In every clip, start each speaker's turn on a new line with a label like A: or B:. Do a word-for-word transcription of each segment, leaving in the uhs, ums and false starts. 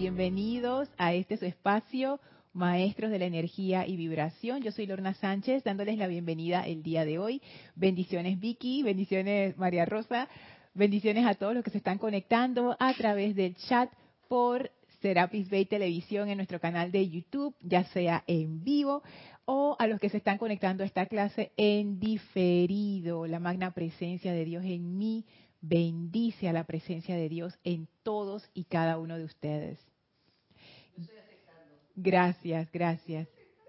A: bienvenidos a este su espacio, Maestros de la Energía y Vibración. Yo soy Lorna Sánchez, dándoles la bienvenida el día de hoy. Bendiciones Vicky, bendiciones María Rosa, bendiciones a todos los que se están conectando a través del chat por Serapis Bay Televisión en nuestro canal de YouTube, ya sea en vivo o a los que se están conectando a esta clase en diferido. La magna presencia de Dios en mí bendice a la presencia de Dios en todos y cada uno de ustedes. Gracias, gracias.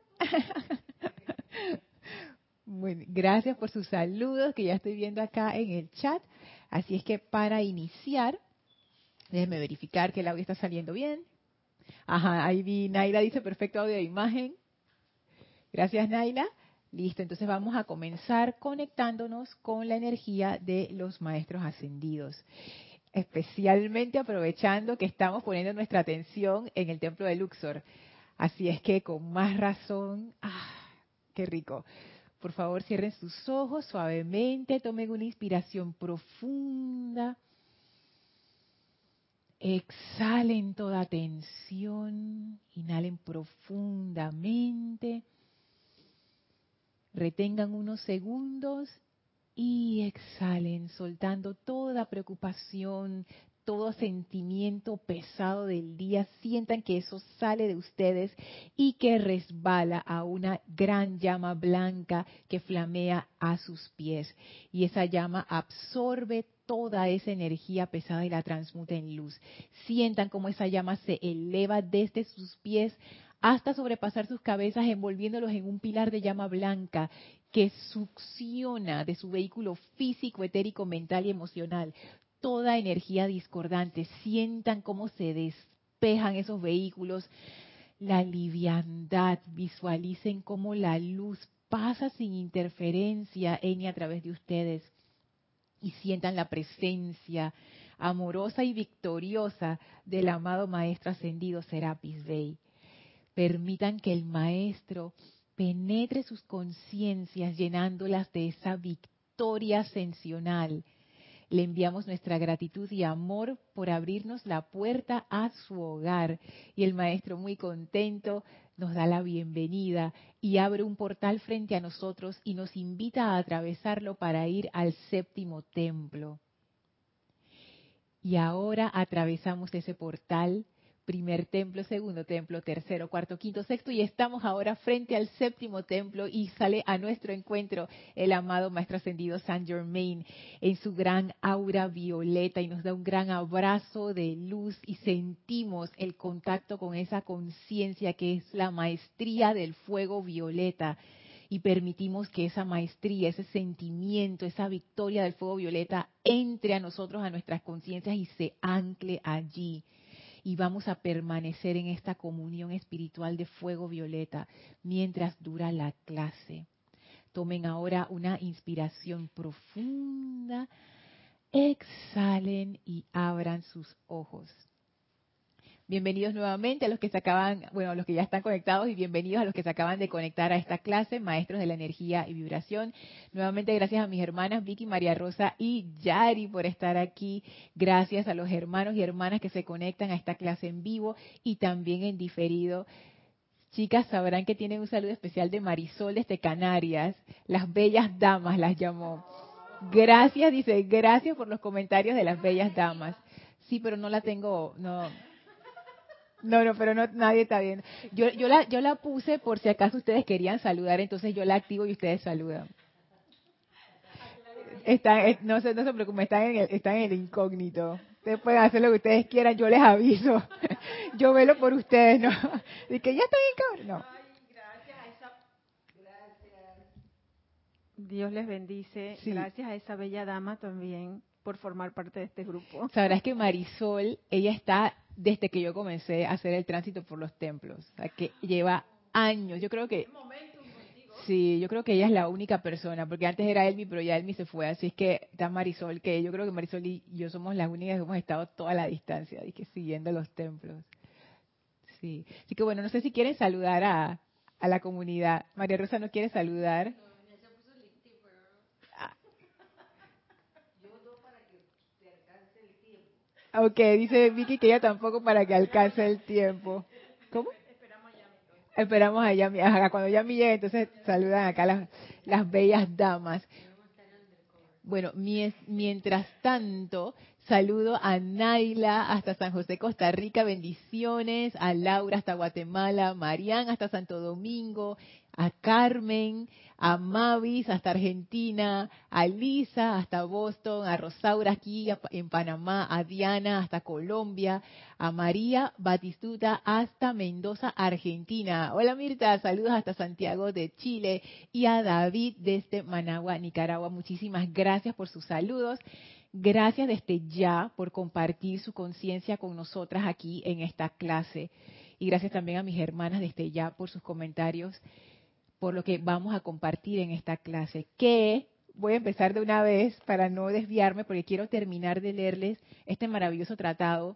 A: Bueno, gracias por sus saludos que ya estoy viendo acá en el chat. Así es que para iniciar, déjenme verificar que el audio está saliendo bien. Ajá, ahí vi, Naila dice perfecto audio e imagen. Gracias, Naila. Listo, entonces vamos a comenzar conectándonos con la energía de los maestros ascendidos. Especialmente aprovechando que estamos poniendo nuestra atención en el templo de Luxor. Así es que con más razón, ¡ah, qué rico! Por favor, cierren sus ojos suavemente, tomen una inspiración profunda. Exhalen toda tensión, inhalen profundamente. Retengan unos segundos y exhalen, soltando toda preocupación, todo sentimiento pesado del día. Sientan que eso sale de ustedes y que resbala a una gran llama blanca que flamea a sus pies. Y esa llama absorbe toda esa energía pesada y la transmuta en luz. Sientan cómo esa llama se eleva desde sus pies hasta sobrepasar sus cabezas, envolviéndolos en un pilar de llama blanca que succiona de su vehículo físico, etérico, mental y emocional toda energía discordante. Sientan cómo se despejan esos vehículos, la liviandad, visualicen cómo la luz pasa sin interferencia en y a través de ustedes y sientan la presencia amorosa y victoriosa del amado Maestro Ascendido Serapis Bey. Permitan que el Maestro penetre sus conciencias llenándolas de esa victoria ascensional. Le enviamos nuestra gratitud y amor por abrirnos la puerta a su hogar. Y el Maestro, muy contento, nos da la bienvenida y abre un portal frente a nosotros y nos invita a atravesarlo para ir al séptimo templo. Y ahora atravesamos ese portal. Primer templo, segundo templo, tercero, cuarto, quinto, sexto, y estamos ahora frente al séptimo templo y sale a nuestro encuentro el amado Maestro Ascendido Saint Germain en su gran aura violeta y nos da un gran abrazo de luz y sentimos el contacto con esa conciencia que es la maestría del fuego violeta y permitimos que esa maestría, ese sentimiento, esa victoria del fuego violeta entre a nosotros, a nuestras conciencias y se ancle allí. Y vamos a permanecer en esta comunión espiritual de fuego violeta mientras dura la clase. Tomen ahora una inspiración profunda, exhalen y abran sus ojos. Bienvenidos nuevamente a los que se acaban, bueno, a los que ya están conectados y bienvenidos a los que se acaban de conectar a esta clase, Maestros de la Energía y Vibración. Nuevamente gracias a mis hermanas Vicky, María Rosa y Yari por estar aquí. Gracias a los hermanos y hermanas que se conectan a esta clase en vivo y también en diferido. Chicas, sabrán que tienen un saludo especial de Marisol desde Canarias. Las bellas damas las llamó. Gracias, dice, gracias por los comentarios de las bellas damas. Sí, pero no la tengo, no... No, no, pero no, nadie está viendo. Yo, yo, la, yo la puse por si acaso ustedes querían saludar, entonces yo la activo y ustedes saludan. Están, no, se, no se preocupen, están en, el, están en el incógnito. Ustedes pueden hacer lo que ustedes quieran, yo les aviso. Yo velo por ustedes, ¿no? De que ya está bien, cabrón. No.
B: Dios les bendice.
A: Sí.
B: Gracias a esa bella dama también por formar parte de este grupo.
A: Sabrás que Marisol, ella está desde que yo comencé a hacer el tránsito por los templos, o sea, que lleva años. Yo creo que sí, yo creo que ella es la única persona, porque antes era Elmi, pero ya Elmi se fue, así es que está Marisol, que yo creo que Marisol y yo somos las únicas que hemos estado toda la distancia, y que siguiendo los templos. Sí, así que bueno, no sé si quieren saludar a, a la comunidad. María Rosa no quiere saludar. Ok, dice Vicky que ella tampoco para que alcance el tiempo. ¿Cómo? Esperamos a Yami. Ajá, cuando Yami llegue, entonces saludan acá las, las bellas damas. Bueno, mies- mientras tanto, saludo a Naila hasta San José, Costa Rica, bendiciones, a Laura hasta Guatemala, a Marian hasta Santo Domingo, a Carmen, a Mavis hasta Argentina, a Lisa hasta Boston, a Rosaura aquí a- en Panamá, a Diana hasta Colombia, a María Batistuta hasta Mendoza, Argentina. Hola Mirta, saludos hasta Santiago de Chile y a David desde Managua, Nicaragua. Muchísimas gracias por sus saludos. Gracias desde ya por compartir su conciencia con nosotras aquí en esta clase. Y gracias también a mis hermanas desde ya por sus comentarios, por lo que vamos a compartir en esta clase. Que voy a empezar de una vez para no desviarme, porque quiero terminar de leerles este maravilloso tratado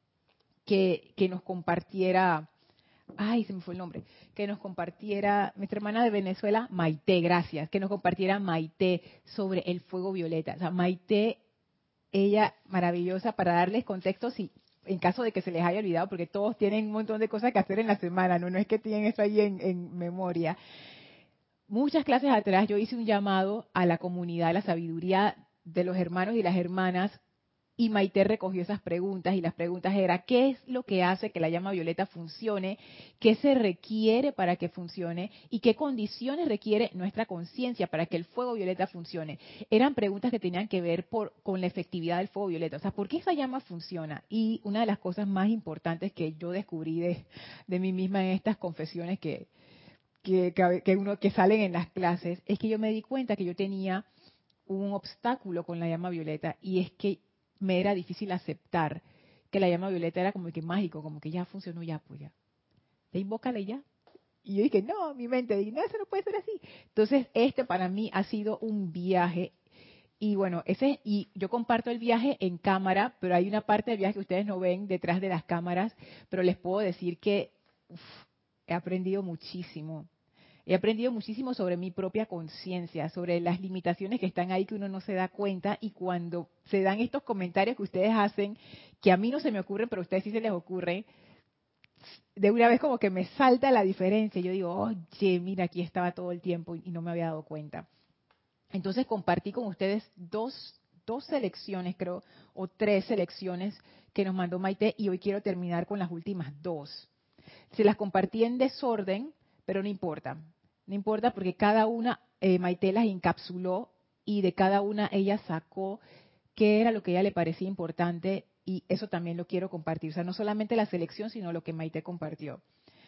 A: que, que nos compartiera, ay, se me fue el nombre, que nos compartiera nuestra hermana de Venezuela, Maite, gracias, que nos compartiera Maite sobre el fuego violeta. O sea, Maite, ella maravillosa, para darles contexto, si en caso de que se les haya olvidado, porque todos tienen un montón de cosas que hacer en la semana, no, no es que tienen eso ahí en, en memoria. Muchas clases atrás yo hice un llamado a la comunidad, a la sabiduría de los hermanos y las hermanas, y Maite recogió esas preguntas, y las preguntas eran: ¿qué es lo que hace que la llama violeta funcione? ¿Qué se requiere para que funcione? ¿Y qué condiciones requiere nuestra conciencia para que el fuego violeta funcione? Eran preguntas que tenían que ver por, con la efectividad del fuego violeta. O sea, ¿por qué esa llama funciona? Y una de las cosas más importantes que yo descubrí de, de mí misma en estas confesiones que, que, que, que uno que salen en las clases, es que yo me di cuenta que yo tenía un obstáculo con la llama violeta, y es que me era difícil aceptar que la llama violeta era como que mágico, como que ya funcionó, ya pues ya. Te invócale ya. Y yo dije, no, mi mente, dije, no, eso no puede ser así. Entonces, este para mí ha sido un viaje. Y bueno, ese y yo comparto el viaje en cámara, pero hay una parte del viaje que ustedes no ven detrás de las cámaras, pero les puedo decir que uf, he aprendido muchísimo. He aprendido muchísimo sobre mi propia conciencia, sobre las limitaciones que están ahí que uno no se da cuenta, y cuando se dan estos comentarios que ustedes hacen, que a mí no se me ocurren, pero a ustedes sí se les ocurre, de una vez como que me salta la diferencia. Yo digo, oye, mira, aquí estaba todo el tiempo y no me había dado cuenta. Entonces compartí con ustedes dos, dos selecciones, creo, o tres selecciones que nos mandó Maite, y hoy quiero terminar con las últimas dos. Se las compartí en desorden, pero no importa. No importa porque cada una, eh, Maite las encapsuló, y de cada una ella sacó qué era lo que a ella le parecía importante, y eso también lo quiero compartir. O sea, no solamente la selección, sino lo que Maite compartió.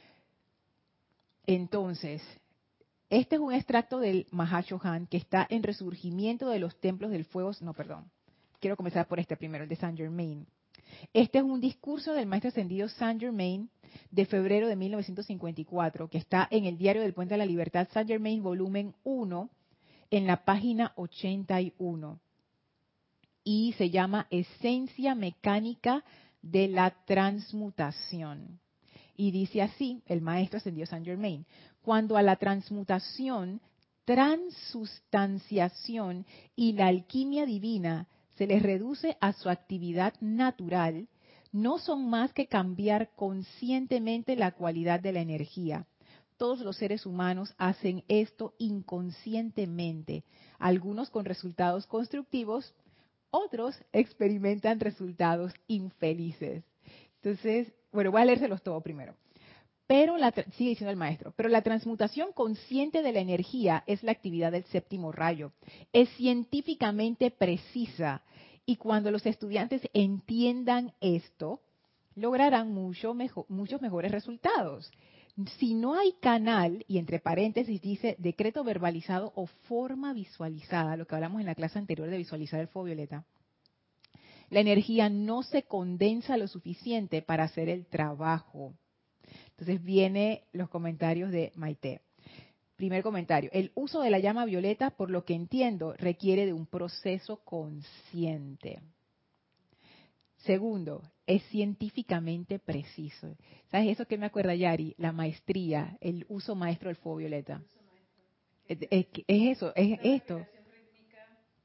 A: Entonces, este es un extracto del Mahashohan que está en Resurgimiento de los Templos del Fuego. No, perdón. Quiero comenzar por este primero, el de Saint Germain. Este es un discurso del maestro ascendido Saint Germain de febrero de mil novecientos cincuenta y cuatro, que está en el Diario del Puente de la Libertad, Saint Germain, volumen uno, en la página ochenta y uno. Y se llama Esencia Mecánica de la Transmutación. Y dice así el maestro ascendido Saint Germain: cuando a la transmutación, transustanciación y la alquimia divina se les reduce a su actividad natural, no son más que cambiar conscientemente la cualidad de la energía. Todos los seres humanos hacen esto inconscientemente, algunos con resultados constructivos, otros experimentan resultados infelices. Entonces, bueno, voy a leérselos todo primero. Pero la, sigue diciendo el maestro, pero la transmutación consciente de la energía es la actividad del séptimo rayo. Es científicamente precisa, y cuando los estudiantes entiendan esto, lograrán mucho mejor, muchos mejores resultados. Si no hay canal, y entre paréntesis dice decreto verbalizado o forma visualizada, lo que hablamos en la clase anterior de visualizar el fuego violeta, la energía no se condensa lo suficiente para hacer el trabajo. Entonces vienen los comentarios de Maite. Primer comentario: el uso de la llama violeta, por lo que entiendo, requiere de un proceso consciente. Segundo, es científicamente preciso. ¿Sabes eso que me acuerda, Yari? La maestría, el uso maestro del fuego violeta. Es, es, es eso, es esto.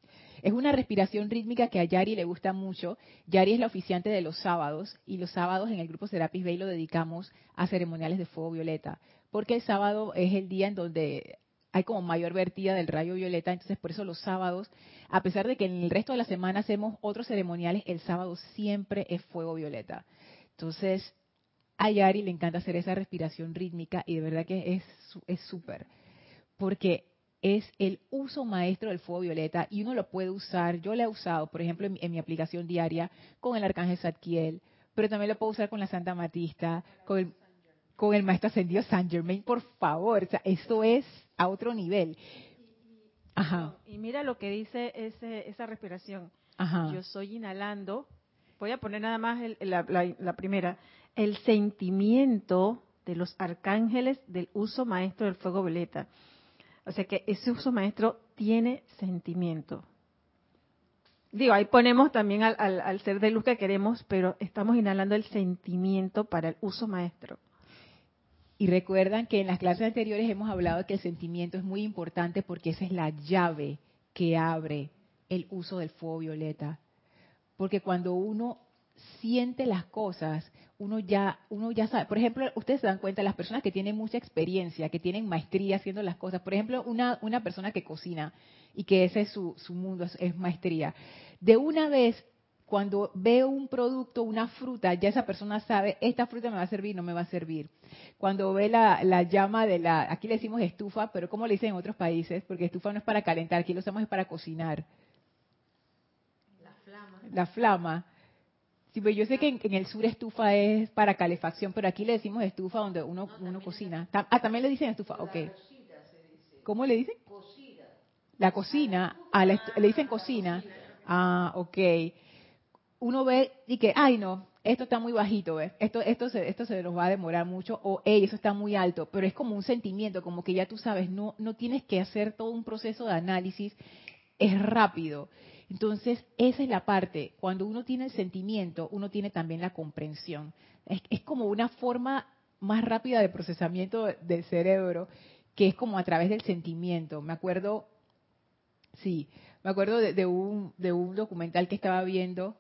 A: Es una respiración rítmica que a Yari le gusta mucho. Yari es la oficiante de los sábados y los sábados en el grupo Serapis Bay lo dedicamos a ceremoniales de fuego violeta, porque el sábado es el día en donde hay como mayor vertida del rayo violeta, entonces por eso los sábados, a pesar de que en el resto de la semana hacemos otros ceremoniales, el sábado siempre es fuego violeta. Entonces, a Yari le encanta hacer esa respiración rítmica y de verdad que es es súper, porque es el uso maestro del fuego violeta y uno lo puede usar, yo lo he usado, por ejemplo, en mi, en mi aplicación diaria con el Arcángel Zadkiel, pero también lo puedo usar con la Santa Matista, con el, con el Maestro Ascendido Saint Germain, por favor, o sea, esto es a otro nivel. Ajá.
B: Y mira lo que dice ese, esa respiración.
A: Ajá.
B: Yo estoy inhalando, voy a poner nada más el- la, la- la primera, el sentimiento de los arcángeles del uso maestro del fuego violeta. O sea que ese uso maestro tiene sentimiento. Digo, ahí ponemos también al, al, al ser de luz que queremos, pero estamos inhalando el sentimiento para el uso maestro.
A: Y recuerdan que en las clases anteriores hemos hablado de que el sentimiento es muy importante porque esa es la llave que abre el uso del fuego violeta. Porque cuando uno siente las cosas, uno ya, uno ya sabe. Por ejemplo, ustedes se dan cuenta, las personas que tienen mucha experiencia, que tienen maestría haciendo las cosas, por ejemplo, una, una persona que cocina y que ese es su, su mundo, es, es maestría. De una vez, cuando ve un producto, una fruta, ya esa persona sabe, esta fruta me va a servir, no me va a servir. Cuando ve la, la llama de la, aquí le decimos estufa, pero ¿cómo le dicen en otros países? Porque estufa no es para calentar, aquí lo usamos es para cocinar.
C: La flama.
A: La flama. Sí, pero yo sé que en, en el sur estufa es para calefacción, pero aquí le decimos estufa donde uno,
C: No,
A: uno
C: también
A: cocina.
C: la-
A: Ta- Ah, también le dicen estufa,
C: La
A: ok.
C: cocina se dice.
A: ¿Cómo le dicen?
C: Cocina.
A: La
C: A la
A: cocina,
C: estufa,
A: a la estu- le dicen
C: a la
A: cocina.
C: cocina.
A: Ah, ok. Uno ve y que, ay no, esto está muy bajito, ¿ves? Esto, esto, se, esto se nos va a demorar mucho, o, hey, eso está muy alto, pero es como un sentimiento, como que ya tú sabes, no, no tienes que hacer todo un proceso de análisis, es rápido. Entonces, esa es la parte, cuando uno tiene el sentimiento, uno tiene también la comprensión. Es, es como una forma más rápida de procesamiento del cerebro, que es como a través del sentimiento. Me acuerdo, sí, me acuerdo de, de un, de un documental que estaba viendo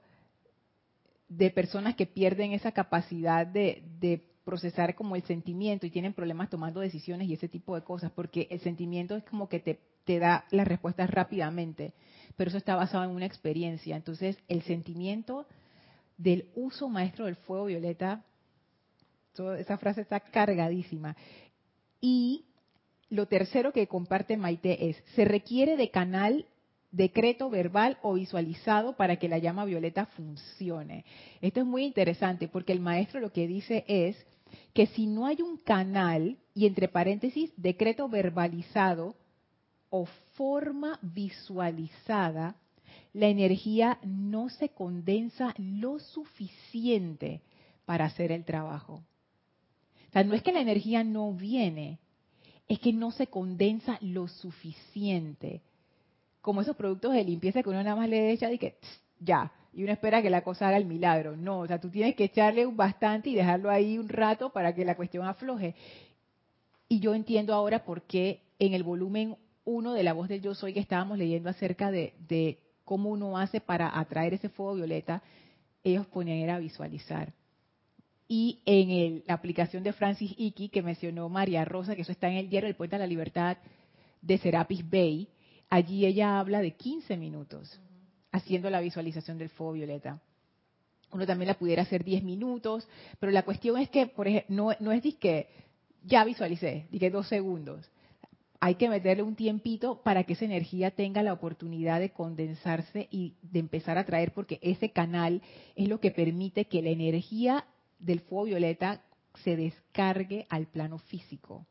A: de personas que pierden esa capacidad de, de procesar como el sentimiento y tienen problemas tomando decisiones y ese tipo de cosas, porque el sentimiento es como que te, te da las respuestas rápidamente, pero eso está basado en una experiencia. Entonces, el sentimiento del uso maestro del fuego violeta, toda esa frase está cargadísima. Y lo tercero que comparte Maite es, se requiere de canal, decreto verbal o visualizado para que la llama violeta funcione. Esto es muy interesante porque el maestro lo que dice es que si no hay un canal, y entre paréntesis, decreto verbalizado o forma visualizada, la energía no se condensa lo suficiente para hacer el trabajo. O sea, no es que la energía no viene, es que no se condensa lo suficiente. Como esos productos de limpieza que uno nada más le echa y que tss, ya, y uno espera que la cosa haga el milagro. No, o sea, tú tienes que echarle un bastante y dejarlo ahí un rato para que la cuestión afloje. Y yo entiendo ahora por qué en el volumen uno de La Voz del Yo Soy que estábamos leyendo acerca de, de cómo uno hace para atraer ese fuego violeta, ellos ponían era visualizar. Y en el, la aplicación de Francis Icky, que mencionó María Rosa, que eso está en el diario El Puente de la Libertad de Serapis Bay, allí ella habla de quince minutos haciendo la visualización del fuego violeta. Uno también la pudiera hacer diez minutos, pero la cuestión es que, por ejemplo, no, no es que ya visualicé, dije dos segundos. Hay que meterle un tiempito para que esa energía tenga la oportunidad de condensarse y de empezar a traer, porque ese canal es lo que permite que la energía del fuego violeta se descargue al plano físico.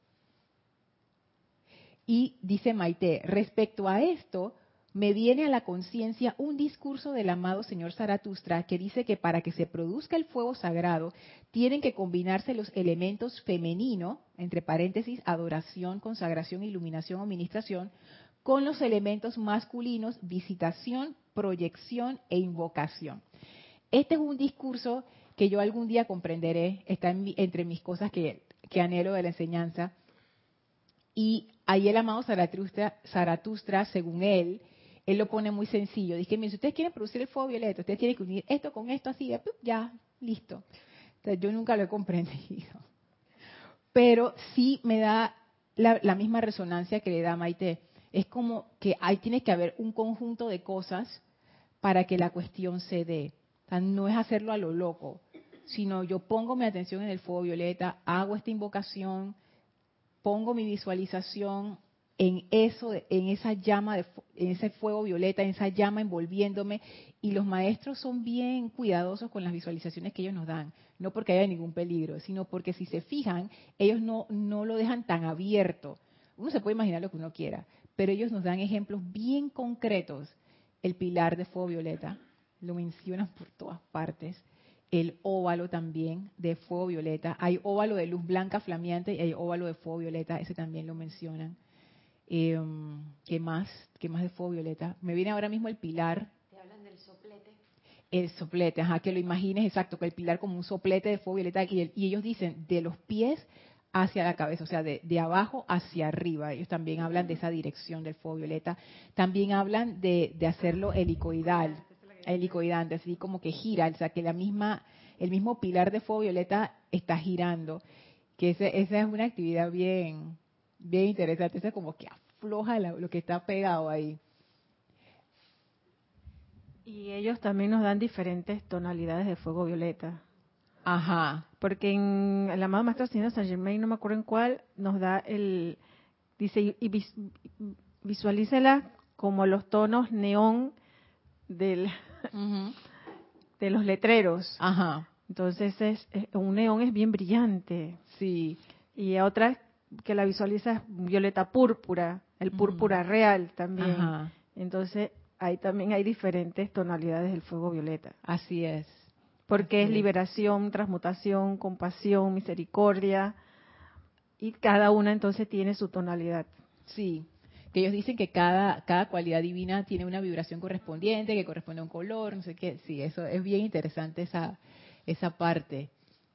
A: Y dice Maite, respecto a esto, me viene a la conciencia un discurso del amado señor Zaratustra que dice que para que se produzca el fuego sagrado tienen que combinarse los elementos femenino, entre paréntesis, adoración, consagración, iluminación o ministración, con los elementos masculinos, visitación, proyección e invocación. Este es un discurso que yo algún día comprenderé, está en mi, entre mis cosas que, que anhelo de la enseñanza. Y ahí el amado Zaratustra, Zaratustra, según él, él lo pone muy sencillo. Dice, mire, si ustedes quieren producir el fuego violeta, ustedes tienen que unir esto con esto así, ya, ya, listo. Entonces, yo nunca lo he comprendido. Pero sí me da la, la misma resonancia que le da Maite. Es como que ahí tiene que haber un conjunto de cosas para que la cuestión se dé. O sea, no es hacerlo a lo loco, sino yo pongo mi atención en el fuego violeta, hago esta invocación, pongo mi visualización en eso, en esa llama, de, en ese fuego violeta, en esa llama envolviéndome, y los maestros son bien cuidadosos con las visualizaciones que ellos nos dan, no porque haya ningún peligro, sino porque si se fijan, ellos no, no lo dejan tan abierto. Uno se puede imaginar lo que uno quiera, pero ellos nos dan ejemplos bien concretos. El pilar de fuego violeta, lo mencionan por todas partes. El óvalo también de fuego violeta. Hay óvalo de luz blanca flameante y hay óvalo de fuego violeta, ese también lo mencionan. Eh, ¿Qué más? ¿Qué más de fuego violeta? Me viene ahora mismo el pilar.
C: Te hablan del soplete.
A: El soplete, ajá, que lo imagines exacto, que el pilar como un soplete de fuego violeta. Y, el, y ellos dicen de los pies hacia la cabeza, o sea, de, de abajo hacia arriba. Ellos también hablan de esa dirección del fuego violeta. También hablan de, de hacerlo helicoidal, helicoidante, así como que gira, o sea, que la misma, el mismo pilar de fuego violeta está girando. Que ese, esa es una actividad bien, bien interesante. Esa es como que afloja la, lo que está pegado ahí.
B: Y ellos también nos dan diferentes tonalidades de fuego violeta.
A: Ajá.
B: Porque en el amado Maestro Ascendido Saint Germain, no me acuerdo en cuál, nos da el, dice, y vis, visualícela como los tonos neón del, uh-huh. de los letreros.
A: Ajá.
B: Entonces es, es, un neón es bien brillante.
A: Sí.
B: Y otra que la visualiza es violeta púrpura, el púrpura uh-huh. real también. Ajá. Entonces ahí también hay diferentes tonalidades del fuego violeta.
A: Así es.
B: Porque
A: Así
B: es liberación, transmutación, compasión, misericordia, y cada una entonces tiene su tonalidad.
A: Sí, que ellos dicen que cada, cada cualidad divina tiene una vibración correspondiente, que corresponde a un color, no sé qué. Sí, eso es bien interesante esa, esa parte.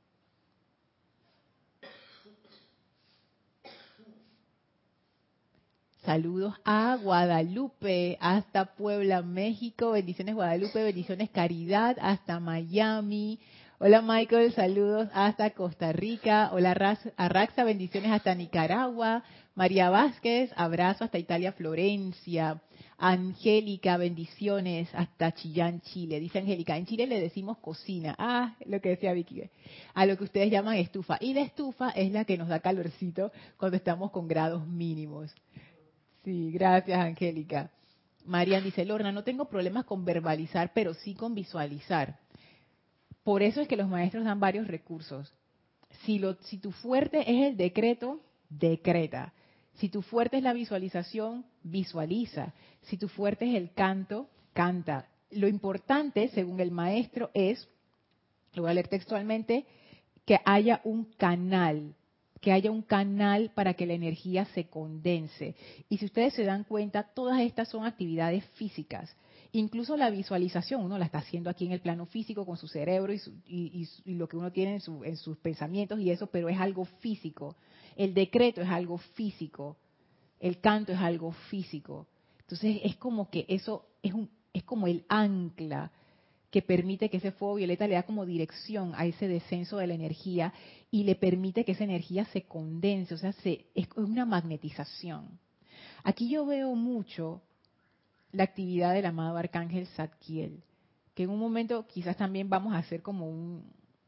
A: Saludos a Guadalupe, hasta Puebla, México. Bendiciones Guadalupe, bendiciones Caridad, hasta Miami. Hola Michael, saludos hasta Costa Rica. Hola Arraxa, bendiciones hasta Nicaragua. María Vázquez, abrazo hasta Italia, Florencia. Angélica, bendiciones hasta Chillán, Chile. Dice Angélica, en Chile le decimos cocina. Ah, lo que decía Vicky. A lo que ustedes llaman estufa. Y la estufa es la que nos da calorcito cuando estamos con grados mínimos. Sí, gracias Angélica. Marian dice, Lorna, no tengo problemas con verbalizar, pero sí con visualizar. Por eso es que los maestros dan varios recursos. Si, lo, si tu fuerte es el decreto, decreta. Si tu fuerte es la visualización, visualiza. Si tu fuerte es el canto, canta. Lo importante, según el maestro, es, lo voy a leer textualmente, que haya un canal, que haya un canal para que la energía se condense. Y si ustedes se dan cuenta, todas estas son actividades físicas. Incluso la visualización, uno la está haciendo aquí en el plano físico con su cerebro y, su, y, y, y lo que uno tiene en, su, en sus pensamientos y eso, pero es algo físico. El decreto es algo físico. El canto es algo físico. Entonces es como que eso es, un, es como el ancla que permite que ese fuego violeta le da como dirección a ese descenso de la energía y le permite que esa energía se condense, o sea, se, es una magnetización. Aquí yo veo mucho la actividad del amado Arcángel Zadkiel, que en un momento quizás también vamos a hacer como un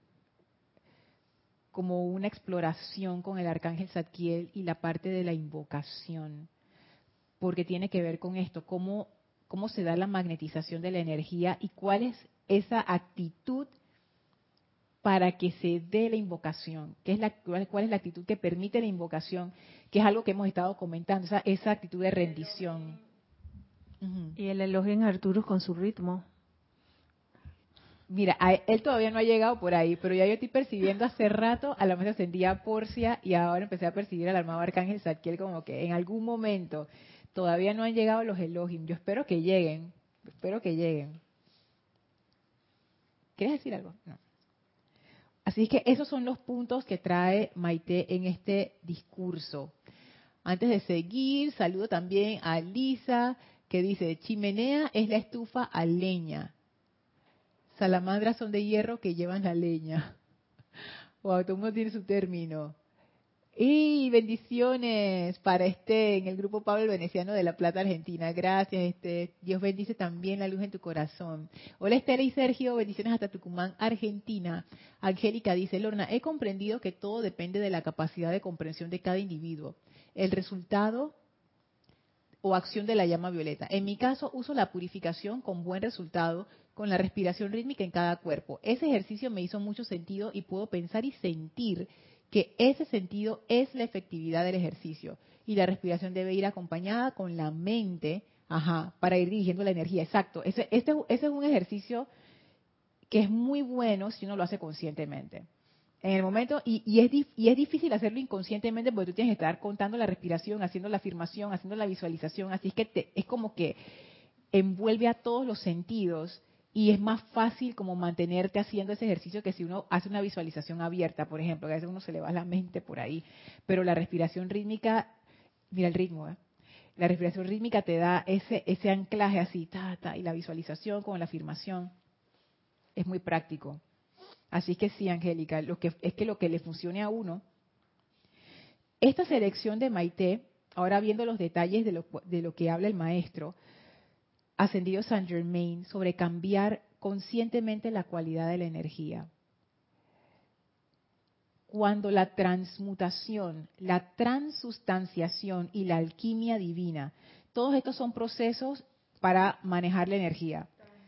A: como una exploración con el Arcángel Zadkiel y la parte de la invocación, porque tiene que ver con esto, cómo, cómo se da la magnetización de la energía y cuál es esa actitud para que se dé la invocación, ¿qué es la, cuál es la actitud que permite la invocación, que es algo que hemos estado comentando, esa, esa actitud de rendición. Uh-huh.
B: Y el elogio en Arturus con su ritmo.
A: Mira, a él todavía no ha llegado por ahí, pero ya yo estoy percibiendo hace rato a la más ascendida Porcia y ahora empecé a percibir al armado Arcángel Zadkiel como que en algún momento todavía no han llegado los elogios. Yo espero que lleguen, espero que lleguen. ¿Quieres decir algo? No. Así que esos son los puntos que trae Maite en este discurso. Antes de seguir, saludo también a Lisa, que dice, chimenea es la estufa a leña. Salamandras son de hierro que llevan la leña. Wow, todo el mundo tiene su término. Y bendiciones para este en el grupo Pablo el Veneciano de La Plata, Argentina. Gracias, este. Dios bendice también la luz en tu corazón. Hola Estela y Sergio, bendiciones hasta Tucumán, Argentina. Angélica dice, Lorna, he comprendido que todo depende de la capacidad de comprensión de cada individuo. El resultado o acción de la llama violeta. En mi caso, uso la purificación con buen resultado con la respiración rítmica en cada cuerpo. Ese ejercicio me hizo mucho sentido y puedo pensar y sentir que ese sentido es la efectividad del ejercicio. Y la respiración debe ir acompañada con la mente, ajá, para ir dirigiendo la energía. Exacto. Ese, este, ese es un ejercicio que es muy bueno si uno lo hace conscientemente. En el momento, y, y, es, y es difícil hacerlo inconscientemente porque tú tienes que estar contando la respiración, haciendo la afirmación, haciendo la visualización, así es que te, es como que envuelve a todos los sentidos y es más fácil como mantenerte haciendo ese ejercicio que si uno hace una visualización abierta, por ejemplo, que a veces uno se le va la mente por ahí, pero la respiración rítmica, mira el ritmo, ¿eh? La respiración rítmica te da ese, ese anclaje así, ta, ta, y la visualización con la afirmación es muy práctico. Así que sí, Angélica, lo que, es que lo que le funcione a uno. Esta selección de Maite, ahora viendo los detalles de lo, de lo que habla el maestro, Ascendido Saint Germain, sobre cambiar conscientemente la cualidad de la energía. Cuando la transmutación, la transustanciación y la alquimia divina, todos estos son procesos para manejar la energía.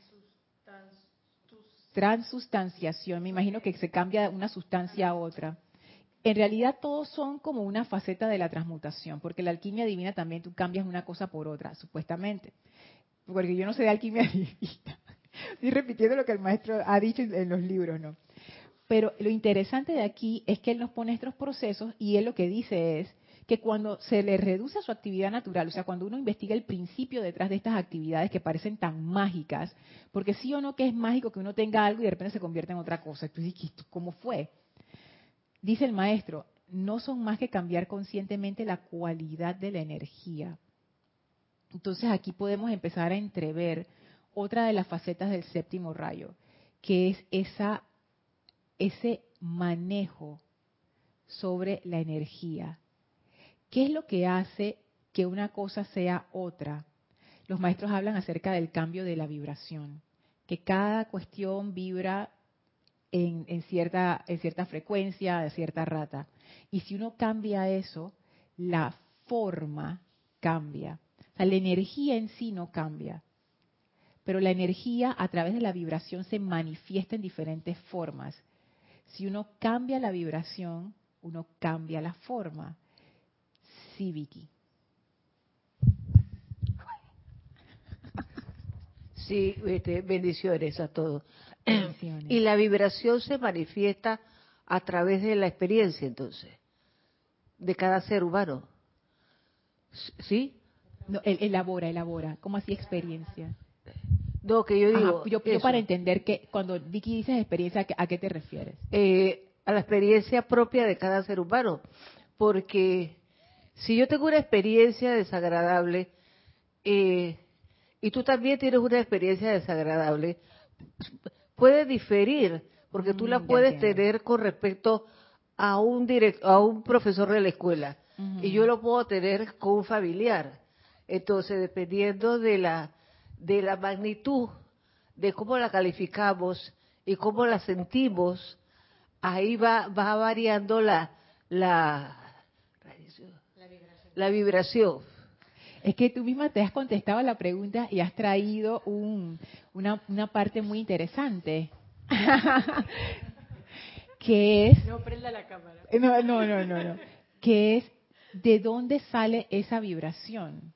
A: Transustanciación, me imagino que se cambia de una sustancia a otra. En realidad todos son como una faceta de la transmutación, porque la alquimia divina también tú cambias una cosa por otra, supuestamente. Porque yo no sé de alquimia divina. Estoy repitiendo lo que el maestro ha dicho en los libros, ¿no? Pero lo interesante de aquí es que él nos pone estos procesos y él lo que dice es que cuando se le reduce a su actividad natural, o sea, cuando uno investiga el principio detrás de estas actividades que parecen tan mágicas, porque sí o no que es mágico que uno tenga algo y de repente se convierte en otra cosa. Entonces, ¿cómo fue? Dice el maestro, no son más que cambiar conscientemente la cualidad de la energía. Entonces aquí podemos empezar a entrever otra de las facetas del séptimo rayo, que es esa, ese manejo sobre la energía. ¿Qué es lo que hace que una cosa sea otra? Los maestros hablan acerca del cambio de la vibración, que cada cuestión vibra en, en, cierta, en cierta frecuencia, de cierta rata. Y si uno cambia eso, la forma cambia. O sea, la energía en sí no cambia, pero la energía a través de la vibración se manifiesta en diferentes formas. Si uno cambia la vibración, uno cambia la forma. Sí, Vicky.
D: Sí, este, bendiciones a todos.
A: Bendiciones.
D: Y la vibración se manifiesta a través de la experiencia, entonces, de cada ser humano. ¿Sí?
A: No, él, elabora, elabora. ¿Cómo así experiencia?
D: No, que yo digo,
A: Ajá, yo, yo para entender que cuando Vicky dices experiencia, ¿a qué, a qué te refieres?
D: Eh, a la experiencia propia de cada ser humano. Porque si yo tengo una experiencia desagradable, eh, y tú también tienes una experiencia desagradable, puede diferir, porque tú la
A: Mm, ya
D: puedes
A: entiendo.
D: tener con respecto a un direct, a un profesor de la escuela,
A: Ujú.
D: y yo lo puedo tener con un familiar. Entonces, dependiendo de la de la magnitud, de cómo la calificamos y cómo la sentimos, ahí va va variando la la la vibración.
A: Es que tú misma te has contestado la pregunta y has traído un, una, una parte muy interesante. Que es...
B: No prenda la cámara.
A: No, no, no, no, no. Que es de dónde sale esa vibración.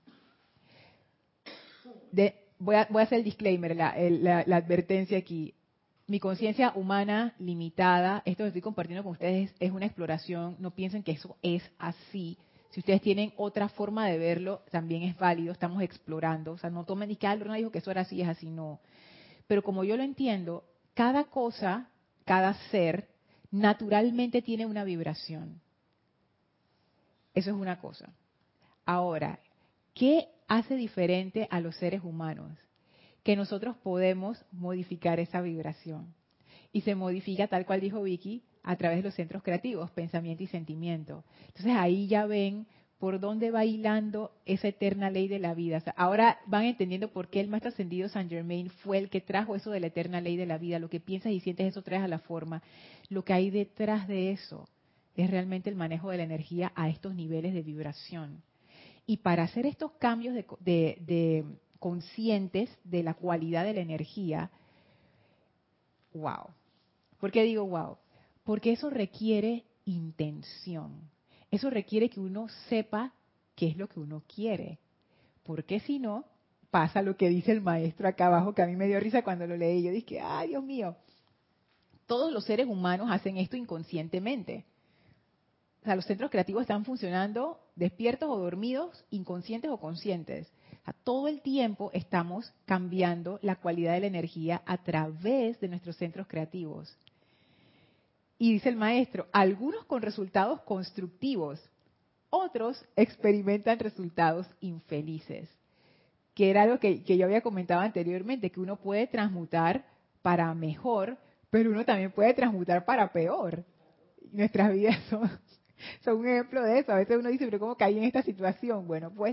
A: De, voy, a, voy a hacer el disclaimer, la, el, la, la advertencia aquí. Mi conciencia humana limitada, esto que estoy compartiendo con ustedes es una exploración, no piensen que eso es así. Si ustedes tienen otra forma de verlo, también es válido, estamos explorando. O sea, no tomen ni que Lorna dijo que eso era así, es así, no. Pero como yo lo entiendo, cada cosa, cada ser, naturalmente tiene una vibración. Eso es una cosa. Ahora, ¿qué hace diferente a los seres humanos? Que nosotros podemos modificar esa vibración. Y se modifica, tal cual dijo Vicky, a través de los centros creativos, pensamiento y sentimiento. Entonces ahí ya ven por dónde va hilando esa eterna ley de la vida. O sea, ahora van entendiendo por qué el Maestro Ascendido Saint Germain fue el que trajo eso de la eterna ley de la vida. Lo que piensas y sientes, eso traes a la forma. Lo que hay detrás de eso es realmente el manejo de la energía a estos niveles de vibración. Y para hacer estos cambios de, de, de conscientes de la cualidad de la energía, wow. ¿Por qué digo wow? Porque eso requiere intención. Eso requiere que uno sepa qué es lo que uno quiere. Porque si no, pasa lo que dice el maestro acá abajo, que a mí me dio risa cuando lo leí. Yo dije, ay, Dios mío. Todos los seres humanos hacen esto inconscientemente. O sea, los centros creativos están funcionando despiertos o dormidos, inconscientes o conscientes. O sea, todo el tiempo estamos cambiando la cualidad de la energía a través de nuestros centros creativos. Y dice el maestro, algunos con resultados constructivos, otros experimentan resultados infelices. Que era lo que, que yo había comentado anteriormente, que uno puede transmutar para mejor, pero uno también puede transmutar para peor. Y nuestras vidas son, son un ejemplo de eso. A veces uno dice, pero ¿cómo caí en esta situación? Bueno, pues,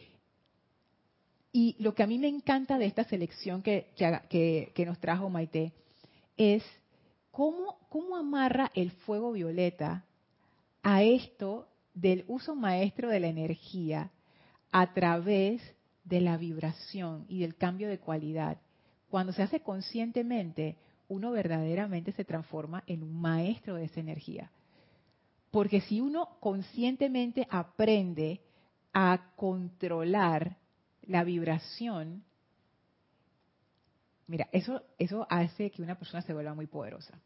A: y lo que a mí me encanta de esta selección que, que, que, que nos trajo Maite es cómo, cómo amarra el fuego violeta a esto del uso maestro de la energía a través de la vibración y del cambio de cualidad. Cuando se hace conscientemente, uno verdaderamente se transforma en un maestro de esa energía. Porque si uno conscientemente aprende a controlar la vibración, mira, eso, eso hace que una persona se vuelva muy poderosa.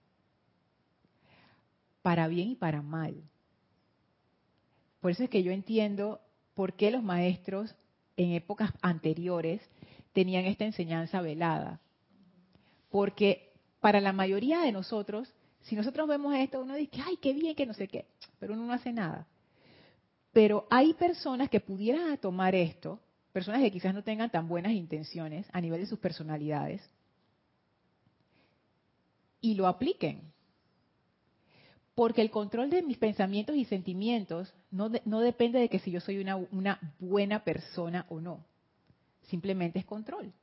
A: Para bien y para mal. Por eso es que yo entiendo por qué los maestros en épocas anteriores tenían esta enseñanza velada. Porque para la mayoría de nosotros, si nosotros vemos esto, uno dice, ay, qué bien, que no sé qué, pero uno no hace nada. Pero hay personas que pudieran tomar esto, personas que quizás no tengan tan buenas intenciones a nivel de sus personalidades, y lo apliquen. Porque el control de mis pensamientos y sentimientos no, de, no depende de que si yo soy una, una buena persona o no. Simplemente es control.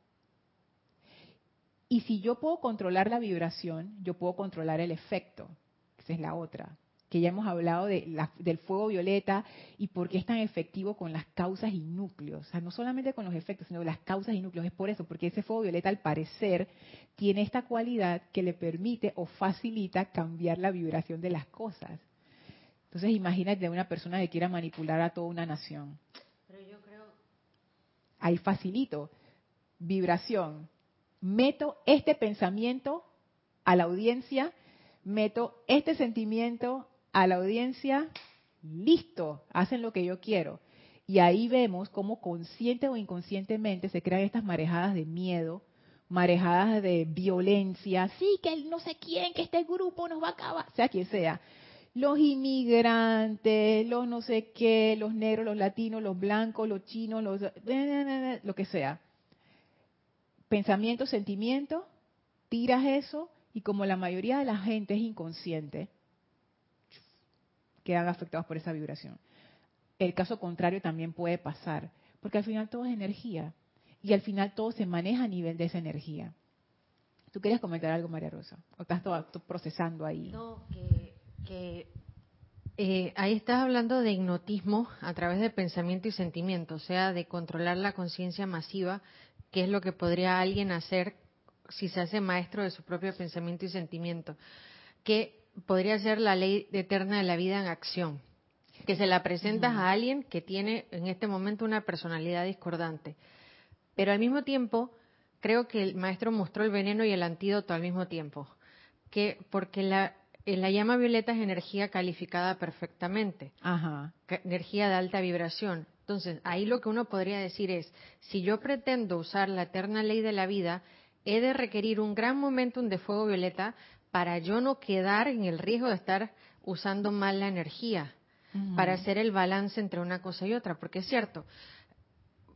A: Y si yo puedo controlar la vibración, yo puedo controlar el efecto. Esa es la otra. Que ya hemos hablado de la, del fuego violeta y por qué es tan efectivo con las causas y núcleos. O sea, no solamente con los efectos, sino las causas y núcleos. Es por eso, porque ese fuego violeta al parecer tiene esta cualidad que le permite o facilita cambiar la vibración de las cosas. Entonces imagínate una persona que quiera manipular a toda una nación.
C: Pero yo creo...
A: Ahí facilito. Vibración. Meto este pensamiento a la audiencia, meto este sentimiento a la audiencia, listo, hacen lo que yo quiero. Y ahí vemos cómo consciente o inconscientemente se crean estas marejadas de miedo, marejadas de violencia, sí, que el no sé quién, que este grupo nos va a acabar, sea quien sea. Los inmigrantes, los no sé qué, los negros, los latinos, los blancos, los chinos, los lo que sea. Pensamiento, sentimiento, tiras eso y como la mayoría de la gente es inconsciente, quedan afectados por esa vibración. El caso contrario también puede pasar, porque al final todo es energía y al final todo se maneja a nivel de esa energía. ¿Tú querías comentar algo, María Rosa? ¿O estás todo, todo procesando ahí?
C: No, que, que eh, ahí estás hablando de hipnotismo a través de pensamiento y sentimiento, o sea, de controlar la conciencia masiva, que es lo que podría alguien hacer si se hace maestro de su propio pensamiento y sentimiento, que podría ser la ley eterna de la vida en acción, que se la presentas uh-huh. a alguien que tiene en este momento una personalidad discordante. Pero al mismo tiempo, creo que el maestro mostró el veneno y el antídoto al mismo tiempo, que porque la, la llama violeta es energía calificada perfectamente,
A: Ajá.
C: energía de alta vibración. Entonces, ahí lo que uno podría decir es, si yo pretendo usar la eterna ley de la vida, he de requerir un gran momentum de fuego violeta para yo no quedar en el riesgo de estar usando mal la energía, uh-huh. para hacer el balance entre una cosa y otra, porque es cierto,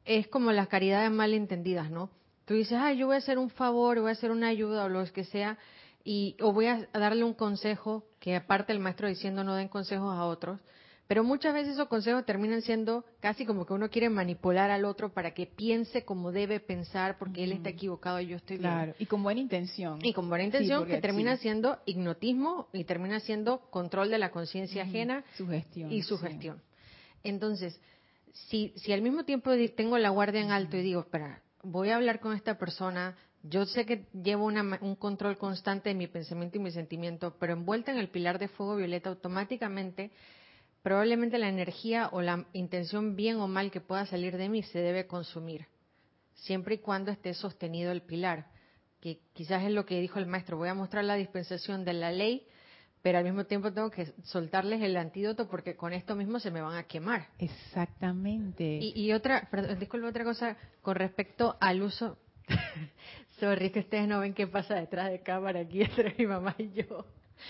C: es como las caridades mal entendidas, ¿no? Tú dices, ay, yo voy a hacer un favor, voy a hacer una ayuda o lo que sea, y o voy a darle un consejo, que aparte el maestro diciendo no den consejos a otros, pero muchas veces esos consejos terminan siendo casi como que uno quiere manipular al otro para que piense como debe pensar, porque él está equivocado y yo estoy bien.
A: Claro, y con buena intención.
C: Y con buena
A: Sí,
C: intención,
A: porque
C: que termina
A: sí,
C: siendo hipnotismo y termina siendo control de la conciencia
A: ujú,
C: ajena
A: sugestión,
C: y
A: sí.
C: sugestión. Entonces, si, si al mismo tiempo di- tengo la guardia en alto y digo, espera, voy a hablar con esta persona, yo sé que llevo una ma- un control constante de mi pensamiento y mi sentimiento, pero envuelta en el pilar de fuego violeta, automáticamente, probablemente la energía o la intención bien o mal que pueda salir de mí se debe consumir, siempre y cuando esté sostenido el pilar, que quizás es lo que dijo el maestro, voy a mostrar la dispensación de la ley, pero al mismo tiempo tengo que soltarles el antídoto porque con esto mismo se me van a quemar.
A: Exactamente.
C: Y, y otra, perdón, disculpe, otra cosa con respecto al uso. Sorry, que ustedes no ven qué pasa detrás de cámara aquí entre mi mamá y yo.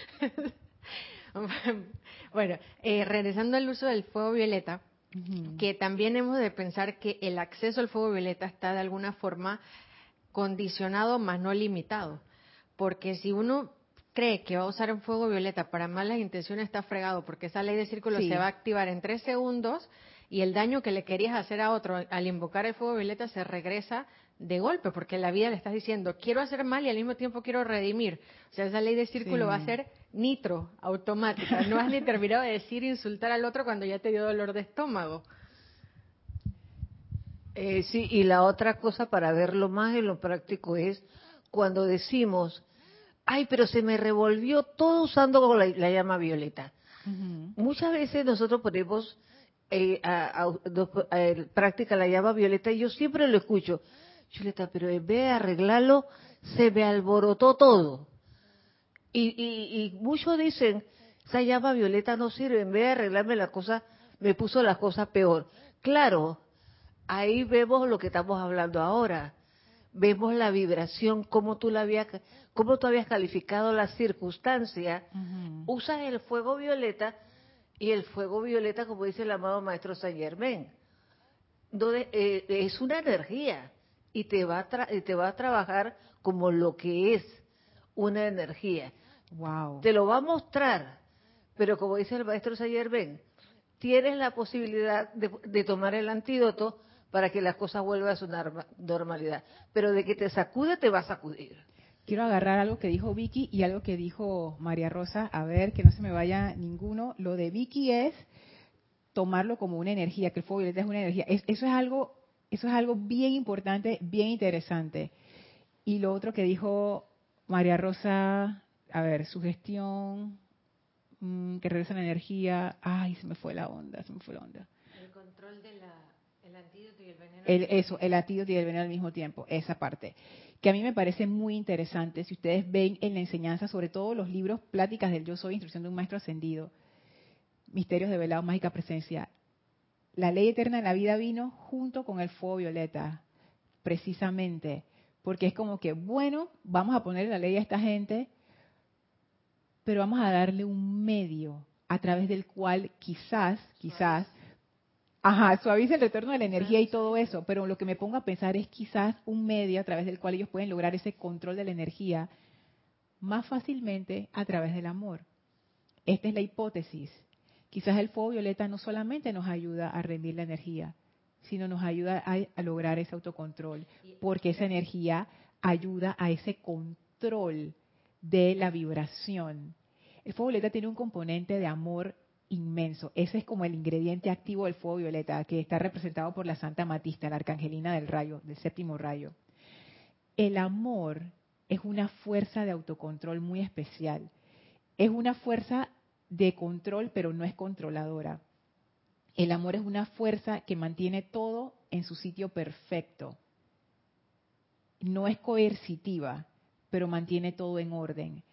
C: Bueno, eh, regresando al uso del fuego violeta,
A: Ujú.
C: que también hemos de pensar que el acceso al fuego violeta está de alguna forma condicionado, más no limitado. Porque si uno cree que va a usar un fuego violeta para malas intenciones, está fregado, porque esa ley de círculo
A: Sí.
C: se va a activar en tres segundos y el daño que le querías hacer a otro al invocar el fuego violeta se regresa de golpe, porque en la vida le estás diciendo, quiero hacer mal y al mismo tiempo quiero redimir. O sea, esa ley de círculo
A: Sí.
C: va a ser nitro, automática. No has ni terminado de decir insultar al otro cuando ya te dio dolor de estómago.
D: Eh, sí, y la otra cosa para verlo más en lo práctico es cuando decimos, ay, pero se me revolvió todo usando la, la llama violeta.
A: Ujú.
D: Muchas veces nosotros ponemos eh, a, a- do- a- el- práctica la llama violeta y yo siempre lo escucho, Violeta, pero en vez de arreglarlo, se me alborotó todo. Y, y, y muchos dicen, esa llama violeta no sirve, en vez de arreglarme la cosa, me puso las cosas peor. Claro, ahí vemos lo que estamos hablando ahora. Vemos la vibración, cómo tú, la habías, cómo tú habías calificado la circunstancia.
A: Ujú.
D: Usas el fuego violeta y el fuego violeta, como dice el amado maestro Saint Germain, donde, eh, es una energía y te va, a tra- y te va a trabajar como lo que es una energía.
A: Wow.
D: Te lo va a mostrar, pero como dice el maestro Saint Germain, tienes la posibilidad de, de tomar el antídoto para que las cosas vuelvan a su norma- normalidad. Pero de que te sacude, te va a sacudir.
A: Quiero agarrar algo que dijo Vicky y algo que dijo María Rosa, a ver que no se me vaya ninguno. Lo de Vicky es tomarlo como una energía, que el fuego violeta es una energía. Es- eso es algo, eso es algo bien importante, bien interesante. Y lo otro que dijo María Rosa, a ver, sugestión, mm, que regresa la energía. Ay, se me fue la onda, se me fue la onda.
C: El control del antídoto y el veneno.
A: El, eso, el latido y el veneno al mismo tiempo, esa parte. Que a mí me parece muy interesante. Si ustedes ven en la enseñanza, sobre todo los libros, Pláticas del Yo Soy, Instrucción de un Maestro Ascendido, Misterios de Velado, Mágica Presencia, la ley eterna de la vida vino junto con el fuego violeta, precisamente, porque es como que, bueno, vamos a poner la ley a esta gente, pero vamos a darle un medio a través del cual quizás, quizás, ajá, suavice el retorno de la energía y todo eso, pero lo que me pongo a pensar es quizás un medio a través del cual ellos pueden lograr ese control de la energía más fácilmente a través del amor. Esta es la hipótesis. Quizás el fuego violeta no solamente nos ayuda a rendir la energía, sino nos ayuda a, a lograr ese autocontrol, porque esa energía ayuda a ese control de la vibración. El fuego violeta tiene un componente de amor inmenso. Ese es como el ingrediente activo del fuego violeta, que está representado por la Santa Matista, la arcangelina del rayo, del séptimo rayo. El amor es una fuerza de autocontrol muy especial. Es una fuerza de control, pero no es controladora. El amor es una fuerza que mantiene todo en su sitio perfecto. No es coercitiva, pero mantiene todo en orden.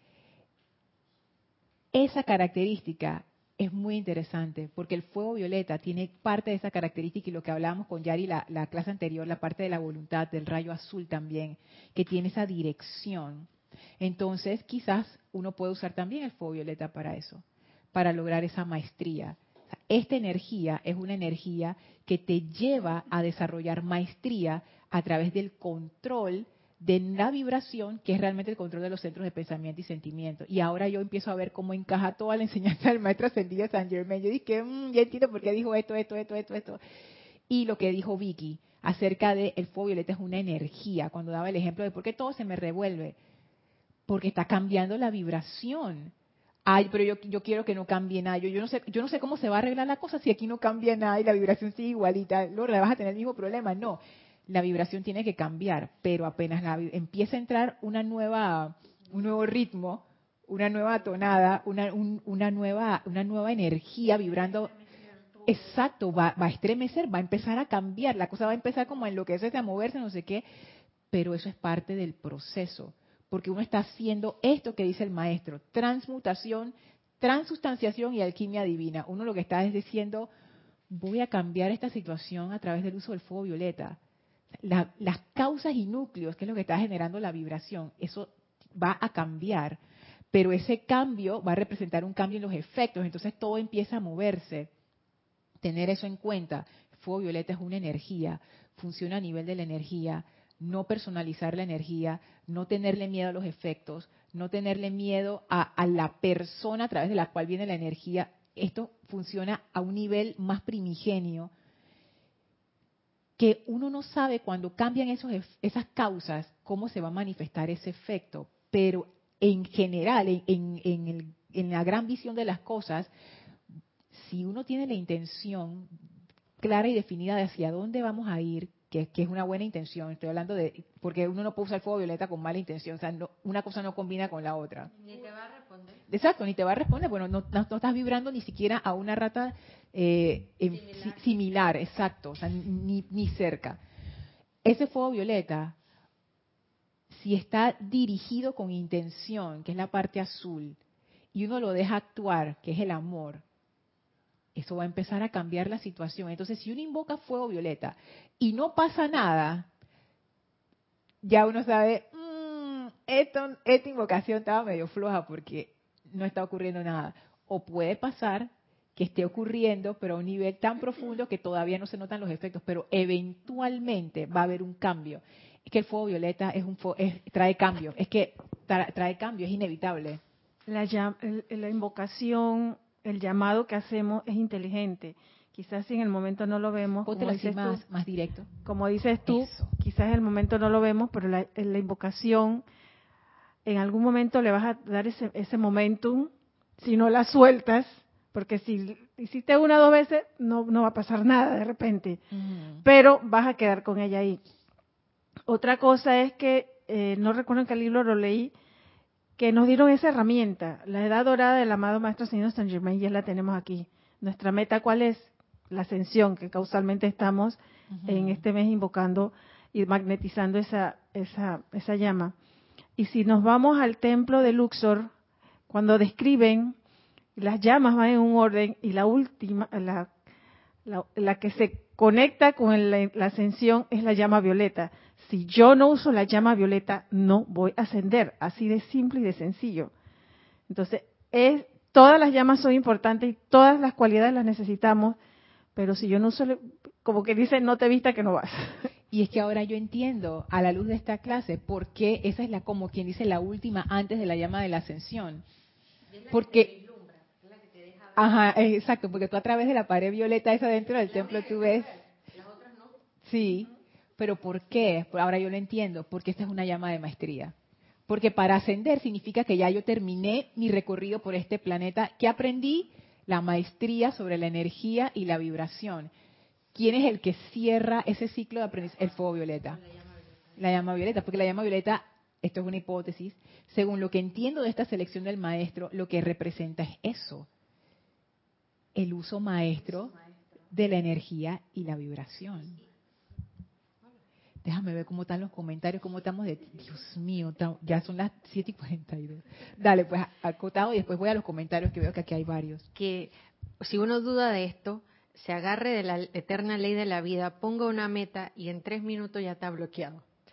A: Esa característica es muy interesante, porque el fuego violeta tiene parte de esa característica, y lo que hablábamos con Yari la, la clase anterior, la parte de la voluntad, del rayo azul también, que tiene esa dirección. Entonces, quizás uno puede usar también el fuego violeta para eso, para lograr esa maestría. esta energía es una energía que te lleva a desarrollar maestría a través del control de la vibración, que es realmente el control de los centros de pensamiento y sentimiento. Y ahora yo empiezo a ver cómo encaja toda la enseñanza del maestro ascendido Saint Germain. Yo dije, mmm, ya entiendo por qué dijo esto, esto, esto, esto, esto. Y lo que dijo Vicky acerca de el fuego violeta es una energía, cuando daba el ejemplo de por qué todo se me revuelve. Porque está cambiando la vibración. Ay, pero yo, yo quiero que no cambie nada. Yo, yo, no sé, yo no sé cómo se va a arreglar la cosa si aquí no cambia nada y la vibración sigue igualita. Luego le vas a tener el mismo problema. No, la vibración tiene que cambiar, pero apenas la, empieza a entrar una nueva, un nuevo ritmo, una nueva tonada, una, un, una, nueva, una nueva energía vibrando. Exacto, va, va a estremecer, va a empezar a cambiar. La cosa va a empezar como a enloquecerse, a moverse, no sé qué. Pero eso es parte del proceso. Porque uno está haciendo esto que dice el maestro, transmutación, transustanciación y alquimia divina. Uno lo que está es diciendo, voy a cambiar esta situación a través del uso del fuego violeta. La, las causas y núcleos, que es lo que está generando la vibración, eso va a cambiar. Pero ese cambio va a representar un cambio en los efectos, entonces todo empieza a moverse. Tener eso en cuenta. El fuego violeta es una energía, funciona a nivel de la energía. No personalizar la energía, no tenerle miedo a los efectos, no tenerle miedo a, a la persona a través de la cual viene la energía. Esto funciona a un nivel más primigenio, que uno no sabe cuando cambian esos, esas causas cómo se va a manifestar ese efecto, pero en general, en, en, en, el, en la gran visión de las cosas, si uno tiene la intención clara y definida de hacia dónde vamos a ir, que, que es una buena intención, estoy hablando de, porque uno no puede usar fuego violeta con mala intención, o sea, no, una cosa no combina con la otra.
C: Ni te va a responder.
A: Exacto, ni te va a responder, bueno, no, no, no estás vibrando ni siquiera a una rata eh, en, similar. Si, similar, exacto, o sea, ni, ni cerca. Ese fuego violeta, si está dirigido con intención, que es la parte azul, y uno lo deja actuar, que es el amor, eso va a empezar a cambiar la situación. Entonces, si uno invoca fuego violeta y no pasa nada, ya uno sabe, mmm, esto, esta invocación estaba medio floja porque no está ocurriendo nada. O puede pasar que esté ocurriendo, pero a un nivel tan profundo que todavía no se notan los efectos, pero eventualmente va a haber un cambio. Es que el fuego violeta es un es, trae cambio, es que tra, trae cambio, es inevitable.
B: La, la invocación, el llamado que hacemos es inteligente. Quizás si en el momento no lo vemos, como dices
A: más,
B: tú,
A: más directo.
B: Como dices tú,
A: Eso.
B: quizás en el momento no lo vemos, pero la, la invocación, en algún momento le vas a dar ese, ese momentum, si no la sueltas, porque si hiciste una o dos veces, no, no va a pasar nada de repente, mm. pero vas a quedar con ella ahí. Otra cosa es que, eh, no recuerdo en qué libro lo leí, que nos dieron esa herramienta, la edad dorada del amado Maestro Señor Saint Germain, ya la tenemos aquí. Nuestra meta, ¿cuál es? La ascensión, que causalmente estamos uh-huh. en este mes invocando y magnetizando esa, esa, esa llama. Y si nos vamos al templo de Luxor, cuando describen, las llamas van en un orden y la última, la, la, la que se conecta con la, la ascensión es la llama violeta. Si yo no uso la llama violeta, no voy a ascender. Así de simple y de sencillo. Entonces, es, todas las llamas son importantes y todas las cualidades las necesitamos, pero si yo no uso, como que dice, no te vista que no vas.
A: Y es que ahora yo entiendo, a la luz de esta clase, por qué esa es la, como quien dice, la última antes de la llama de la ascensión. Porque, ajá, exacto, porque tú a través de la pared violeta esa dentro del templo tú ves.
C: Las otras no.
A: Sí, pero ¿por qué? Ahora yo lo entiendo, porque esta es una llama de maestría. Porque para ascender significa que ya yo terminé mi recorrido por este planeta, que aprendí la maestría sobre la energía y la vibración. ¿Quién es el que cierra ese ciclo de aprendizaje? El fuego violeta. La llama violeta, porque la llama violeta, esto es una hipótesis, según lo que entiendo de esta selección del maestro, lo que representa es eso. El uso maestro de la energía y la vibración. Déjame ver cómo están los comentarios, cómo estamos de... Dios mío, ya son las siete y cuarenta y dos. Dale, pues acotado y después voy a los comentarios que veo que aquí hay varios.
C: Que si uno duda de esto, se agarre de la eterna ley de la vida, ponga una meta y en tres minutos ya está bloqueado.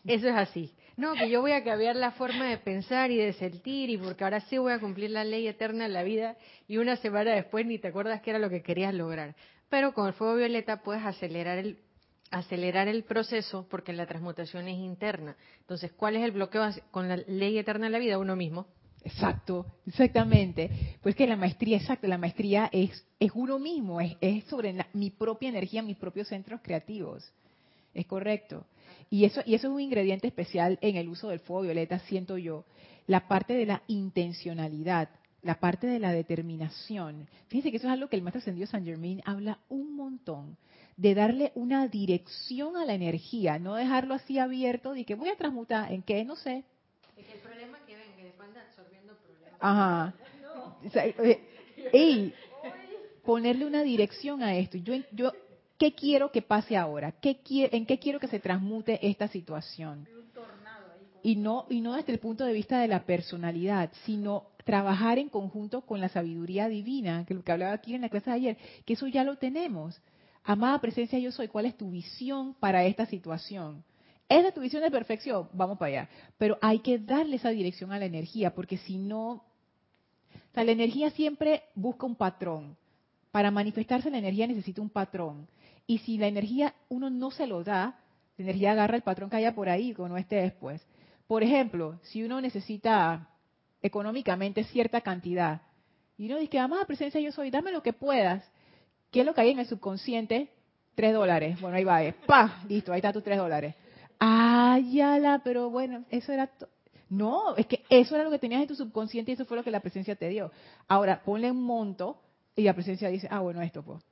C: Eso es así. No, que yo voy a cambiar la forma de pensar y de sentir y porque ahora sí voy a cumplir la ley eterna de la vida y una semana después ni te acuerdas qué era lo que querías lograr. Pero con el fuego violeta puedes acelerar el acelerar el proceso porque la transmutación es interna. Entonces, ¿cuál es el bloqueo con la ley eterna de la vida? Uno mismo.
A: Exacto, exactamente. Pues que la maestría, exacto, la maestría es, es uno mismo, es, es sobre la- mi propia energía, mis propios centros creativos. Es correcto. Y eso, y eso es un ingrediente especial en el uso del fuego violeta, siento yo. La parte de la intencionalidad, la parte de la determinación. Fíjense que eso es algo que el maestro ascendido Saint Germain habla un montón, de darle una dirección a la energía, no dejarlo así abierto, de que voy a transmutar, ¿en qué? No sé.
C: Es que el problema que ven, que después anda absorbiendo problemas.
A: Ajá. O sea, eh, ey, ponerle una dirección a esto. Yo, yo, ¿qué quiero que pase ahora? ¿Qué quie- ¿En qué quiero que se transmute esta situación? Y no, y no desde el punto de vista de la personalidad, sino trabajar en conjunto con la sabiduría divina, que lo que hablaba aquí en la clase de ayer, que eso ya lo tenemos. Amada presencia yo soy, ¿cuál es tu visión para esta situación? ¿Es de tu visión de perfección? Vamos para allá. Pero hay que darle esa dirección a la energía, porque si no, o sea, la energía siempre busca un patrón. Para manifestarse la energía necesita un patrón. Y si la energía uno no se lo da, la energía agarra el patrón que haya por ahí, que no esté después. Por ejemplo, si uno necesita económicamente cierta cantidad, y uno dice, amada presencia yo soy, dame lo que puedas. ¿Qué es lo que hay en el subconsciente? Tres dólares. Bueno, ahí va. eh. ¡Pah! Listo, ahí está tus tres dólares. Ah, ya la, pero bueno, eso era... to- No, es que eso era lo que tenías en tu subconsciente y eso fue lo que la presencia te dio. Ahora, ponle un monto y la presencia dice, ah, bueno, esto pues.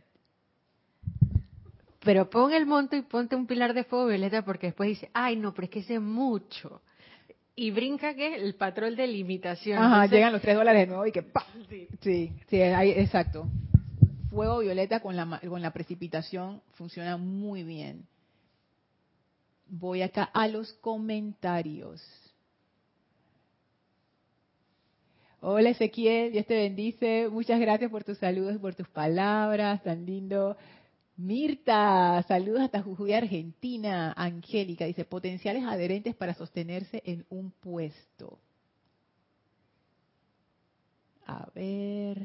C: Pero pon el monto y ponte un pilar de fuego violeta porque después dice, ay no, pero es que ese es mucho. Y brinca que el patrón de limitación.
A: Ajá,
C: Entonces,
A: llegan los tres dólares de nuevo y que ¡pah!
C: sí.
A: Sí, sí, ahí, exacto. Fuego violeta con la, ma- con la precipitación funciona muy bien. Voy acá a los comentarios. Hola Ezequiel, Dios te bendice. Muchas gracias por tus saludos y por tus palabras, tan lindo. Mirta, saludos hasta Jujuy, Argentina. Angélica dice, potenciales adherentes para sostenerse en un puesto. A ver.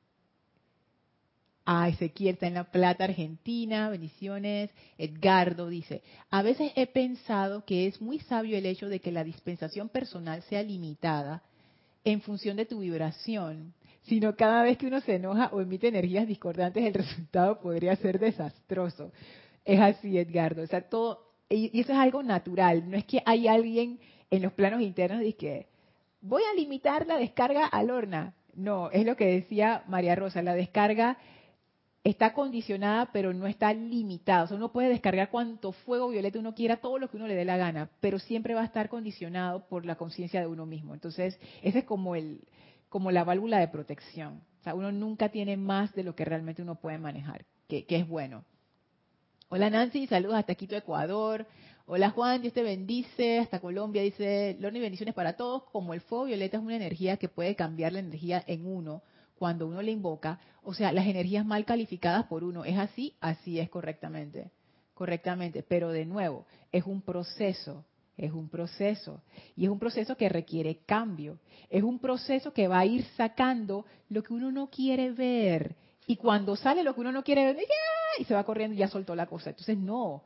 A: Ah, Ezequiel está en La Plata, Argentina. Bendiciones. Edgardo dice, a veces he pensado que es muy sabio el hecho de que la dispensación personal sea limitada en función de tu vibración, sino cada vez que uno se enoja o emite energías discordantes, el resultado podría ser desastroso. Es así, Edgardo. O sea, todo, y y eso es algo natural. No es que hay alguien en los planos internos de que voy a limitar la descarga al horno. No, es lo que decía María Rosa, la descarga está condicionada, pero no está limitada. O sea, uno puede descargar cuanto fuego violeta uno quiera, todo lo que uno le dé la gana, pero siempre va a estar condicionado por la conciencia de uno mismo. Entonces, ese es como el, como la válvula de protección. O sea, uno nunca tiene más de lo que realmente uno puede manejar, que, que es bueno. Hola Nancy, saludos hasta Quito, Ecuador. Hola Juan, Dios te bendice. Hasta Colombia dice, Lorna y bendiciones para todos. Como el fuego violeta es una energía que puede cambiar la energía en uno cuando uno le invoca, o sea, las energías mal calificadas por uno, ¿es así? Así es correctamente, correctamente. Pero de nuevo, es un proceso, es un proceso. Y es un proceso que requiere cambio. Es un proceso que va a ir sacando lo que uno no quiere ver. Y cuando sale lo que uno no quiere ver, ¡ya! Y se va corriendo y ya soltó la cosa. Entonces, no.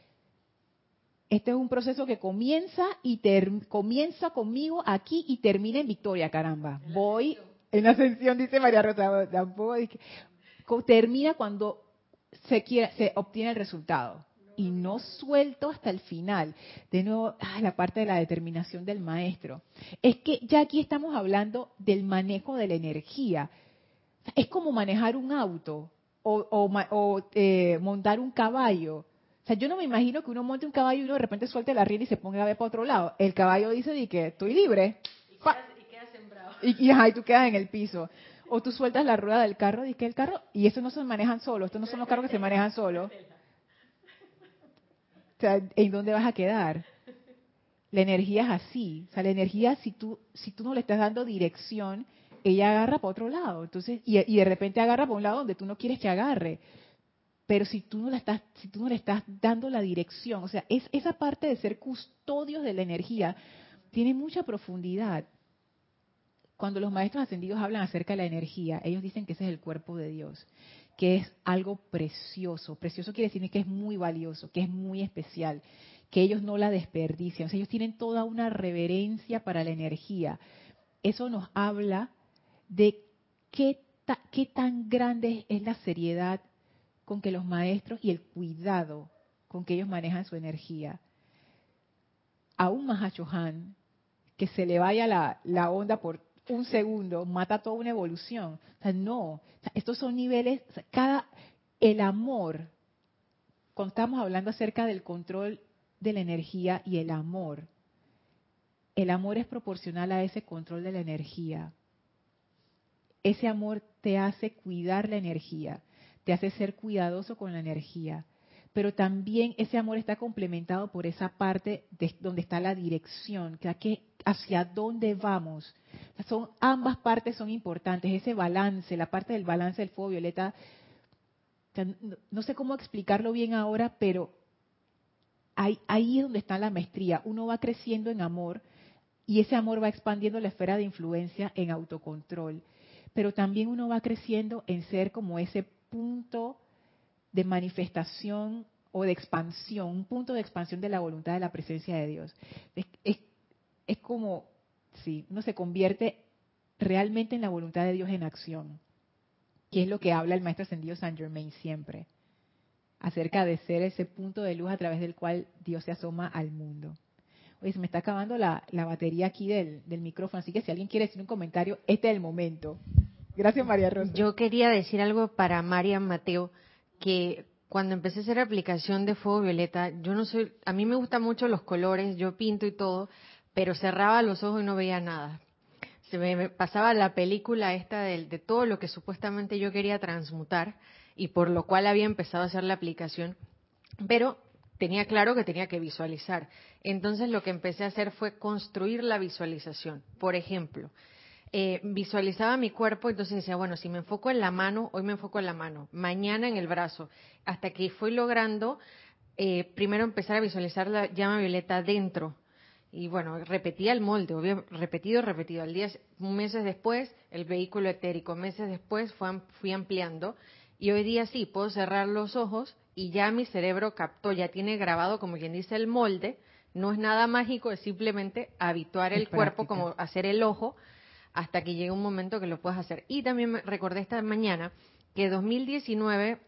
A: Este es un proceso que comienza y ter- comienza conmigo aquí y termina en victoria, caramba. Voy en ascensión, dice María Rosa. Tampoco dije- co- termina cuando se quiera, se obtiene el resultado. Y no suelto hasta el final. De nuevo, ah, la parte de la determinación del maestro. Es que ya aquí estamos hablando del manejo de la energía. Es como manejar un auto o, o ma- o, eh, montar un caballo. O sea, yo no me imagino que uno monte un caballo y uno de repente suelte la rienda y se ponga a ver para otro lado. El caballo dice de que estoy libre. Pa.
C: Y queda sembrado.
A: Y, y, ajá, y tú quedas en el piso. O tú sueltas la rueda del carro y que el carro, y eso no se manejan solos, estos no son los carros que se manejan solos. O sea, ¿en dónde vas a quedar? La energía es así. O sea, la energía, si tú, si tú no le estás dando dirección, ella agarra para otro lado. Entonces, y, y de repente agarra para un lado donde tú no quieres que agarre. pero si tú no la estás, si tú no le estás dando la dirección, o sea, es esa parte de ser custodios de la energía tiene mucha profundidad. Cuando los maestros ascendidos hablan acerca de la energía, ellos dicen que ese es el cuerpo de Dios, que es algo precioso. Precioso quiere decir que es muy valioso, que es muy especial, que ellos no la desperdician. O sea, ellos tienen toda una reverencia para la energía. Eso nos habla de qué, ta, qué tan grande es la seriedad con que los maestros y el cuidado con que ellos manejan su energía. A un Mahachohan, que se le vaya la, la onda por un segundo, mata toda una evolución. O sea, no. O sea, estos son niveles, o sea, cada, el amor, cuando estamos hablando acerca del control de la energía y el amor, el amor es proporcional a ese control de la energía. Ese amor te hace cuidar la energía, te hace ser cuidadoso con la energía, pero también ese amor está complementado por esa parte de donde está la dirección, que, que hacia dónde vamos. Son, ambas partes son importantes, ese balance, la parte del balance del fuego violeta, no, no sé cómo explicarlo bien ahora, pero ahí, ahí es donde está la maestría. Uno va creciendo en amor y ese amor va expandiendo la esfera de influencia en autocontrol, pero también uno va creciendo en ser como ese punto de manifestación o de expansión, un punto de expansión de la voluntad de la presencia de Dios. Es, es, es como, sí, uno se convierte realmente en la voluntad de Dios en acción, que es lo que habla el Maestro Ascendido Saint Germain siempre, acerca de ser ese punto de luz a través del cual Dios se asoma al mundo. Oye, se me está acabando la, la batería aquí del, del micrófono, así que si alguien quiere decir un comentario, este es el momento. Gracias, María Rosa.
C: Yo quería decir algo para Marian Mateo, que cuando empecé a hacer aplicación de fuego violeta, yo no soy, a mí me gustan mucho los colores, yo pinto y todo, pero cerraba los ojos y no veía nada. Se me, me pasaba la película esta de, de todo lo que supuestamente yo quería transmutar y por lo cual había empezado a hacer la aplicación, pero tenía claro que tenía que visualizar. Entonces lo que empecé a hacer fue construir la visualización. Por ejemplo, eh, visualizaba mi cuerpo, entonces decía, bueno, si me enfoco en la mano, hoy me enfoco en la mano, mañana en el brazo, hasta que fui logrando eh, primero empezar a visualizar la llama violeta dentro. Y bueno, repetía el molde, obvio, repetido, repetido. Al día, meses después, el vehículo etérico, meses después fue, fui ampliando. Y hoy día sí, puedo cerrar los ojos y ya mi cerebro captó, ya tiene grabado, como quien dice, el molde. No es nada mágico, es simplemente habituar el cuerpo, como hacer el ojo, hasta que llegue un momento que lo puedas hacer. Y también me recordé esta mañana que dos mil diecinueve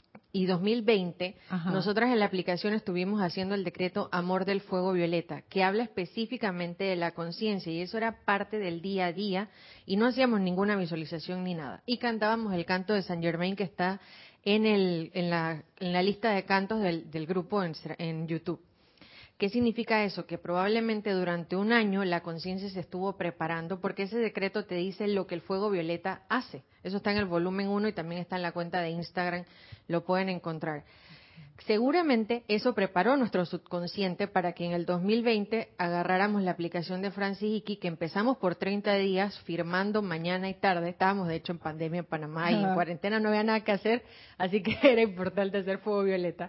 C: y dos mil veinte, Ajá. nosotras en la aplicación estuvimos haciendo el decreto Amor del Fuego Violeta, que habla específicamente de la conciencia, y eso era parte del día a día, y no hacíamos ninguna visualización ni nada. Y cantábamos el canto de Saint Germain, que está en, el, en, la, en la lista de cantos del, del grupo en, en YouTube. ¿Qué significa eso? Que probablemente durante un año la conciencia se estuvo preparando, porque ese decreto te dice lo que el fuego violeta hace. Eso está en el volumen uno y también está en la cuenta de Instagram, lo pueden encontrar. Seguramente eso preparó nuestro subconsciente para que en el dos mil veinte agarráramos la aplicación de Francis Iki, que empezamos por treinta días firmando mañana y tarde. Estábamos de hecho en pandemia en Panamá y en cuarentena no había nada que hacer, así que era importante hacer fuego violeta.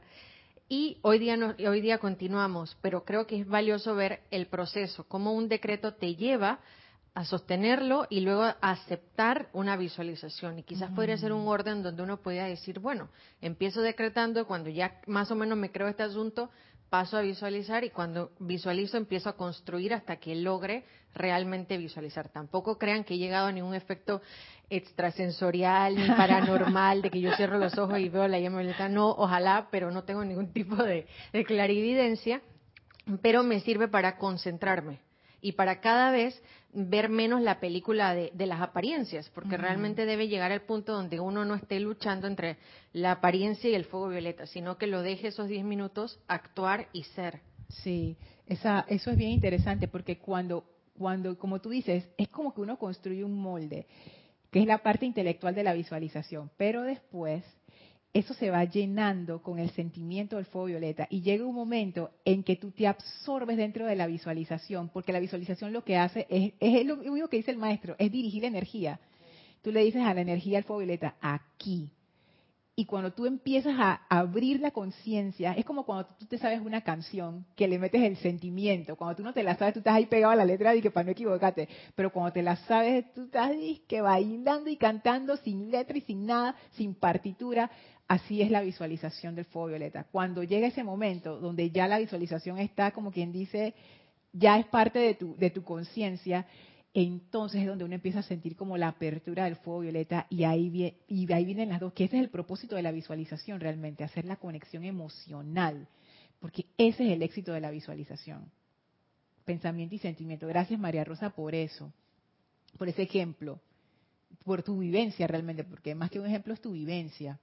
C: Y hoy día, no, hoy día continuamos, pero creo que es valioso ver el proceso, cómo un decreto te lleva a sostenerlo y luego a aceptar una visualización. Y quizás mm. podría ser un orden donde uno pueda decir, bueno, empiezo decretando, cuando ya más o menos me creo este asunto, paso a visualizar, y cuando visualizo empiezo a construir hasta que logre realmente visualizar. Tampoco crean que he llegado a ningún efecto extrasensorial ni paranormal de que yo cierro los ojos y veo la llama violeta. No, ojalá, pero no tengo ningún tipo de, de clarividencia, pero me sirve para concentrarme y para cada vez ver menos la película de, de las apariencias, porque uh-huh. realmente debe llegar al punto donde uno no esté luchando entre la apariencia y el fuego violeta, sino que lo deje esos diez minutos actuar y ser.
A: Sí, esa, eso es bien interesante, porque cuando, cuando, como tú dices, es como que uno construye un molde, que es la parte intelectual de la visualización, pero después eso se va llenando con el sentimiento del fuego violeta y llega un momento en que tú te absorbes dentro de la visualización, porque la visualización lo que hace es, es lo único que dice el maestro, es dirigir la energía. Tú le dices a la energía del fuego violeta, aquí, Y cuando tú empiezas a abrir la conciencia, es como cuando tú te sabes una canción, que le metes el sentimiento. Cuando tú no te la sabes, tú estás ahí pegado a la letra y que para no equivocarte. Pero cuando te la sabes, tú estás que bailando y cantando sin letra y sin nada, sin partitura. Así es la visualización del fuego violeta. Cuando llega ese momento donde ya la visualización está, como quien dice, ya es parte de tu, de tu conciencia, entonces es donde uno empieza a sentir como la apertura del fuego violeta y ahí, vie- y ahí vienen las dos, que ese es el propósito de la visualización realmente, hacer la conexión emocional, porque ese es el éxito de la visualización. Pensamiento y sentimiento. Gracias María Rosa por eso, por ese ejemplo, por tu vivencia realmente, porque más que un ejemplo es tu vivencia.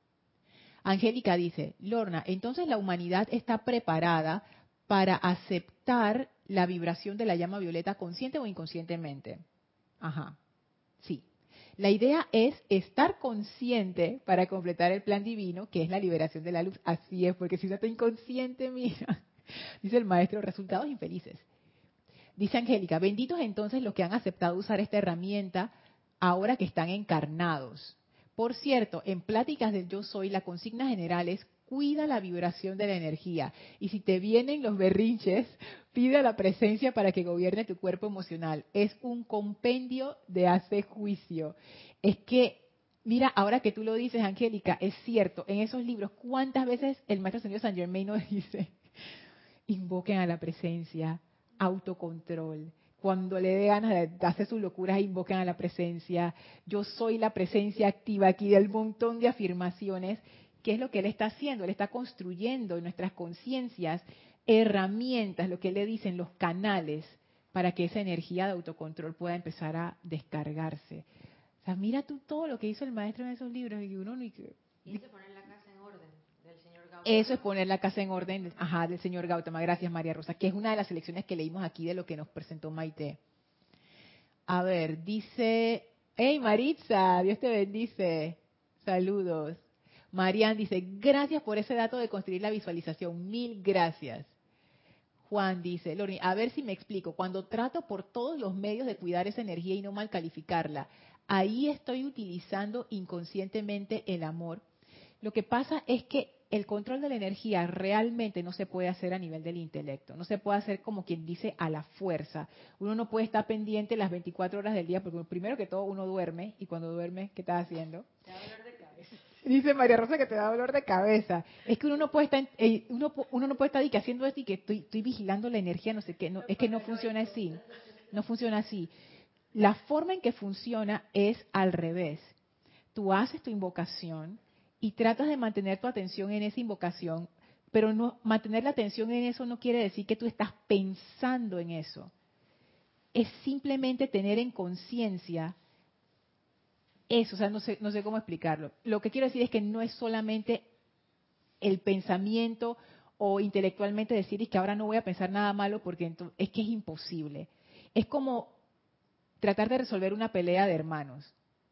A: Angélica dice, Lorna, entonces la humanidad está preparada para aceptar la vibración de la llama violeta consciente o inconscientemente. Ajá, sí. La idea es estar consciente para completar el plan divino, que es la liberación de la luz. Así es, porque si uno está inconsciente, mira, dice el maestro, resultados infelices. Dice Angélica, benditos entonces los que han aceptado usar esta herramienta ahora que están encarnados. Por cierto, en Pláticas del Yo Soy, la consigna general es cuida la vibración de la energía. Y si te vienen los berrinches, pide a la presencia para que gobierne tu cuerpo emocional. Es un compendio de hacer juicio. Es que, mira, ahora que tú lo dices, Angélica, es cierto, en esos libros, ¿cuántas veces el maestro señor Saint Germain nos dice, invoquen a la presencia, autocontrol? Cuando le dé ganas de hacer sus locuras, invoquen a la presencia. Yo soy la presencia activa aquí del montón de afirmaciones. ¿Qué es lo que él está haciendo? Él está construyendo en nuestras conciencias herramientas, lo que le dicen, los canales, para que esa energía de autocontrol pueda empezar a descargarse. O sea, mira tú todo lo que hizo el maestro en esos libros. Y uno ni que...
C: Y eso poner la casa en orden del señor Gautama.
A: Eso es poner la casa en orden, ajá, del señor Gautama. Gracias, María Rosa, que es una de las selecciones que leímos aquí de lo que nos presentó Maite. A ver, dice, hey Maritza, Dios te bendice. Saludos. Marian dice, gracias por ese dato de construir la visualización. Mil gracias. Juan dice, Lorni, a ver si me explico. Cuando trato por todos los medios de cuidar esa energía y no mal calificarla, ahí estoy utilizando inconscientemente el amor. Lo que pasa es que el control de la energía realmente no se puede hacer a nivel del intelecto, no se puede hacer como quien dice a la fuerza. Uno no puede estar pendiente las veinticuatro horas del día, porque primero que todo uno duerme, y cuando duerme, ¿qué estás haciendo?
C: Te da dolor de cabeza.
A: Dice María Rosa que te da dolor de cabeza. Es que uno no puede estar, eh, uno, uno no puede estar y que haciendo esto y que estoy, estoy vigilando la energía, no sé qué, no, es que no funciona así, no funciona así. La forma en que funciona es al revés. Tú haces tu invocación y tratas de mantener tu atención en esa invocación, pero no mantener la atención en eso no quiere decir que tú estás pensando en eso. Es simplemente tener en conciencia eso, o sea, no sé, no sé cómo explicarlo. Lo que quiero decir es que no es solamente el pensamiento o intelectualmente decir es que ahora no voy a pensar nada malo porque entonces, es que es imposible. Es como tratar de resolver una pelea de hermanos.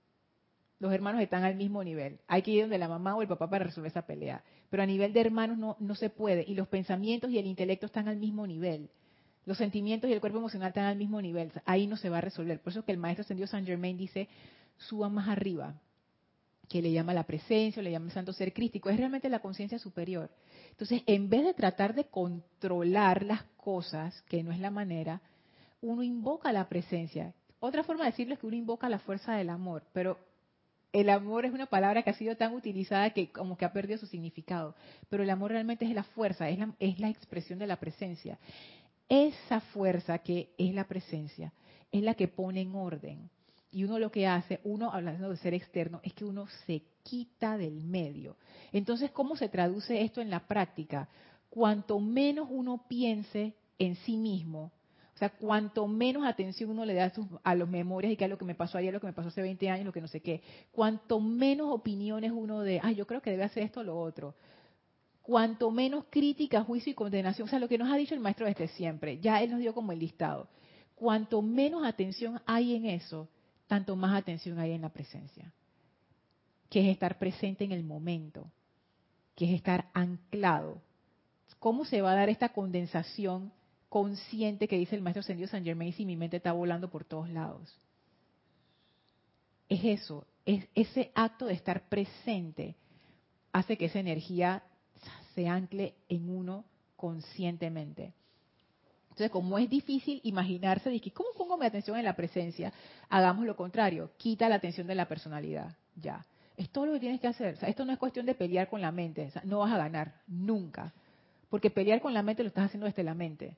A: Los hermanos están al mismo nivel. Hay que ir donde la mamá o el papá para resolver esa pelea. Pero a nivel de hermanos no, no se puede. Y los pensamientos y el intelecto están al mismo nivel. Los sentimientos y el cuerpo emocional están al mismo nivel. Ahí no se va a resolver. Por eso es que el maestro ascendido Saint Germain dice, suban más arriba, que le llama la presencia, o le llama el santo ser crístico. Es realmente la conciencia superior. Entonces, en vez de tratar de controlar las cosas, que no es la manera, uno invoca la presencia. Otra forma de decirlo es que uno invoca la fuerza del amor, pero el amor es una palabra que ha sido tan utilizada que como que ha perdido su significado. Pero el amor realmente es la fuerza, es la, es la expresión de la presencia. Esa fuerza que es la presencia es la que pone en orden. Y uno lo que hace, uno hablando de ser externo, es que uno se quita del medio. Entonces, ¿cómo se traduce esto en la práctica? Cuanto menos uno piense en sí mismo, o sea, cuanto menos atención uno le da a, sus, a los memorias y que a lo que me pasó ayer, lo que me pasó hace veinte años, lo que no sé qué, cuanto menos opiniones uno de, ay, yo creo que debe hacer esto o lo otro, cuanto menos crítica, juicio y condenación, o sea, lo que nos ha dicho el maestro desde siempre, ya él nos dio como el listado, cuanto menos atención hay en eso, tanto más atención hay en la presencia, que es estar presente en el momento, que es estar anclado. ¿Cómo se va a dar esta condensación consciente que dice el maestro ascendido Saint Germain si mi mente está volando por todos lados? Es eso, es ese acto de estar presente. hace que esa energía se ancle en uno conscientemente. Entonces, como es difícil imaginarse, de que, ¿cómo pongo mi atención en la presencia? Hagamos lo contrario, quita la atención de la personalidad, ya. Es todo lo que tienes que hacer. O sea, esto no es cuestión de pelear con la mente, o sea, no vas a ganar, nunca. Porque pelear con la mente lo estás haciendo desde la mente.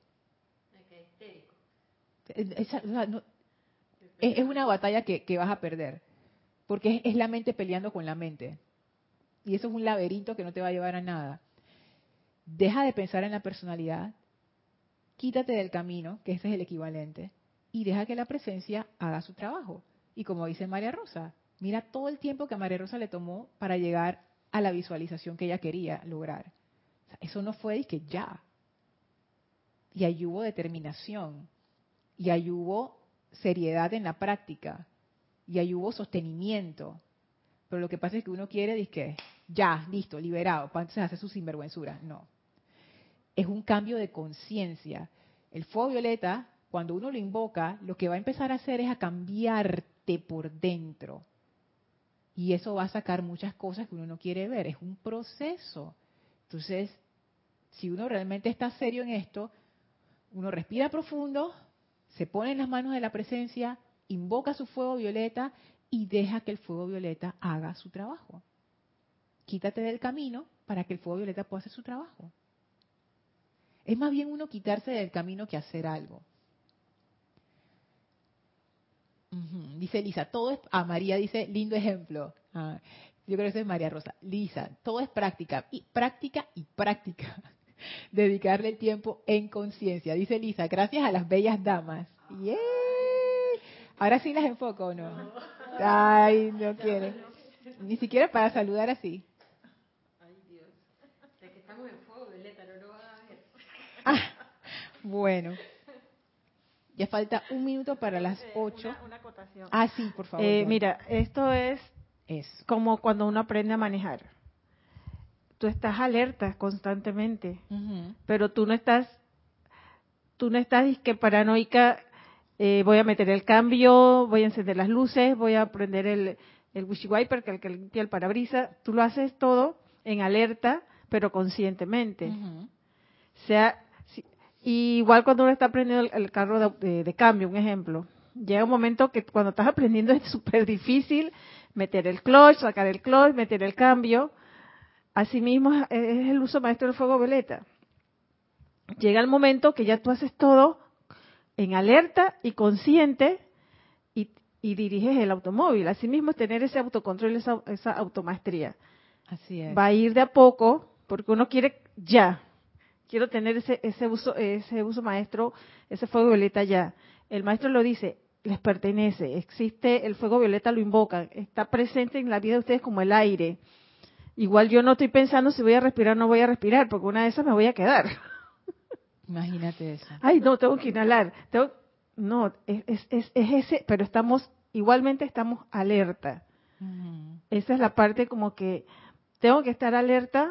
A: Es, o sea, no, es, es una batalla que, que vas a perder, porque es, es la mente peleando con la mente. Y eso es un laberinto que no te va a llevar a nada. Deja de pensar en la personalidad, quítate del camino, que ese es el equivalente, y deja que la presencia haga su trabajo. Y como dice María Rosa, mira todo el tiempo que a María Rosa le tomó para llegar a la visualización que ella quería lograr. O sea, eso no fue de que ya. Y ahí hubo determinación, y ahí hubo seriedad en la práctica, y ahí hubo sostenimiento. Pero lo que pasa es que uno quiere, dice que ya, listo, liberado, para entonces hacer su sinvergüenzura. No. Es un cambio de conciencia. El fuego violeta, cuando uno lo invoca, lo que va a empezar a hacer es a cambiarte por dentro. Y eso va a sacar muchas cosas que uno no quiere ver. Es un proceso. Entonces, si uno realmente está serio en esto, uno respira profundo, se pone en las manos de la presencia, invoca su fuego violeta y deja que el fuego violeta haga su trabajo. Quítate del camino para que el fuego violeta pueda hacer su trabajo. Es más bien uno quitarse del camino que hacer algo. Uh-huh. Dice Lisa, todo es... Ah, María dice, lindo ejemplo. Ah, yo creo que eso es María Rosa. Lisa, todo es práctica, y práctica y práctica. Dedicarle el tiempo en conciencia. Dice Lisa, gracias a las bellas damas. ¡Yeah! Ahora sí las enfoco, ¿o no? Ay, no quiere. Ni siquiera para saludar así.
C: Ay, Dios. O sea, que estamos en fuego violeta, no lo van a ver.
A: Ah, bueno. Ya falta un minuto para las ocho.
B: Una, una acotación.
A: Ah, sí, por favor.
B: Eh,
A: ya.
B: mira, esto es
A: Eso.
B: como cuando uno aprende a manejar. Tú estás alerta constantemente,
A: Uh-huh.
B: pero tú no estás, tú no estás disque paranoica. Eh, voy a meter el cambio, voy a encender las luces, voy a prender el, el windshield wiper, que el que limpia el parabrisas. Tú lo haces todo en alerta, pero conscientemente.
A: Uh-huh.
B: Sea, si, y igual cuando uno está aprendiendo el, el carro de, de, de cambio, un ejemplo, llega un momento que cuando estás aprendiendo es súper difícil meter el clutch, sacar el clutch, meter el cambio. Asimismo es, es el uso maestro del fuego violeta. Llega el momento que ya tú haces todo en alerta y consciente y, y diriges el automóvil. Asimismo es tener ese autocontrol, esa, esa automaestría.
A: Así es.
B: Va a ir de a poco porque uno quiere ya. Quiero tener ese, ese uso, ese uso maestro, ese fuego violeta ya. El maestro lo dice, les pertenece, existe, el fuego violeta lo invocan, está presente en la vida de ustedes como el aire. Igual yo no estoy pensando si voy a respirar o no voy a respirar, porque una de esas me voy a quedar.
A: Imagínate eso.
B: Ay, no, tengo que inhalar. Tengo... No, es, es, es, es ese, pero estamos, igualmente estamos alerta.
A: Uh-huh.
B: Esa es la parte como que tengo que estar alerta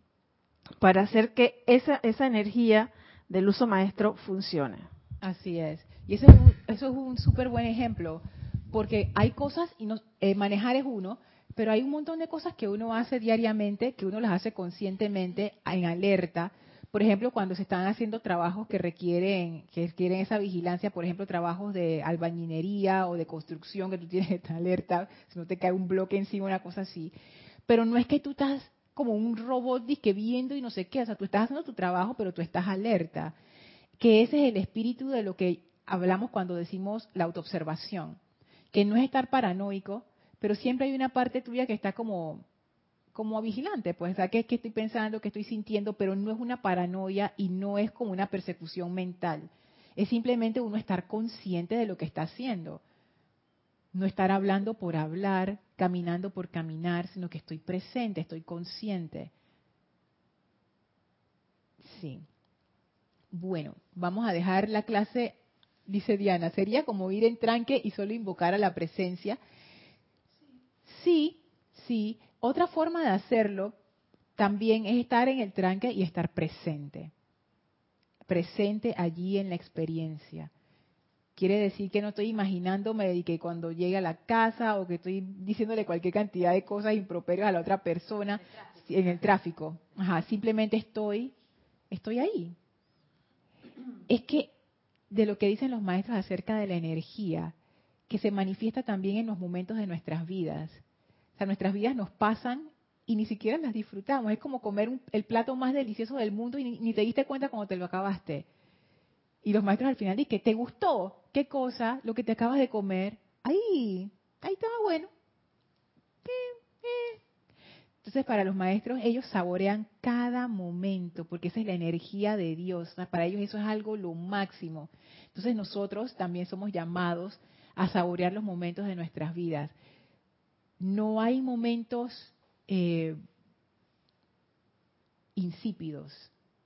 B: para hacer que esa, esa energía del uso maestro funcione.
A: Así es. Y eso es un, eso es un súper buen ejemplo, porque hay cosas, y no, eh, manejar es uno, pero hay un montón de cosas que uno hace diariamente, que uno las hace conscientemente, en alerta. Por ejemplo, cuando se están haciendo trabajos que requieren, que requieren esa vigilancia, por ejemplo, trabajos de albañilería o de construcción, que tú tienes que estar alerta, si no te cae un bloque encima, una cosa así. Pero no es que tú estás como un robot disque viendo y no sé qué, o sea, tú estás haciendo tu trabajo, pero tú estás alerta. Que ese es el espíritu de lo que hablamos cuando decimos la autoobservación, que no es estar paranoico, pero siempre hay una parte tuya que está como, como vigilante, pues, ¿sabes? ¿Qué, qué estoy pensando, qué estoy sintiendo? Pero no es una paranoia y no es como una persecución mental. Es simplemente uno estar consciente de lo que está haciendo. No estar hablando por hablar, caminando por caminar, sino que estoy presente, estoy consciente. Sí. Bueno, vamos a dejar la clase, dice Diana, sería como ir en tranque y solo invocar a la presencia. Sí, sí. Otra forma de hacerlo también es estar en el tranque y estar presente. Presente allí en la experiencia. quiere decir que no estoy imaginándome de que cuando llegue a la casa o que estoy diciéndole cualquier cantidad de cosas improperias a la otra persona en el tráfico. Ajá, simplemente estoy, estoy ahí. Es que de lo que dicen los maestros acerca de la energía, que se manifiesta también en los momentos de nuestras vidas. O sea, nuestras vidas nos pasan y ni siquiera las disfrutamos. Es como comer un, el plato más delicioso del mundo y ni, ni te diste cuenta cuando te lo acabaste. Y los maestros al final dicen, ¿te gustó? ¿Qué cosa? Lo que te acabas de comer. Ahí, ahí estaba bueno. Eh, eh. Entonces, para los maestros, ellos saborean cada momento, porque esa es la energía de Dios. O sea, para ellos eso es algo lo máximo. Entonces, nosotros también somos llamados a saborear los momentos de nuestras vidas. No hay momentos eh, insípidos.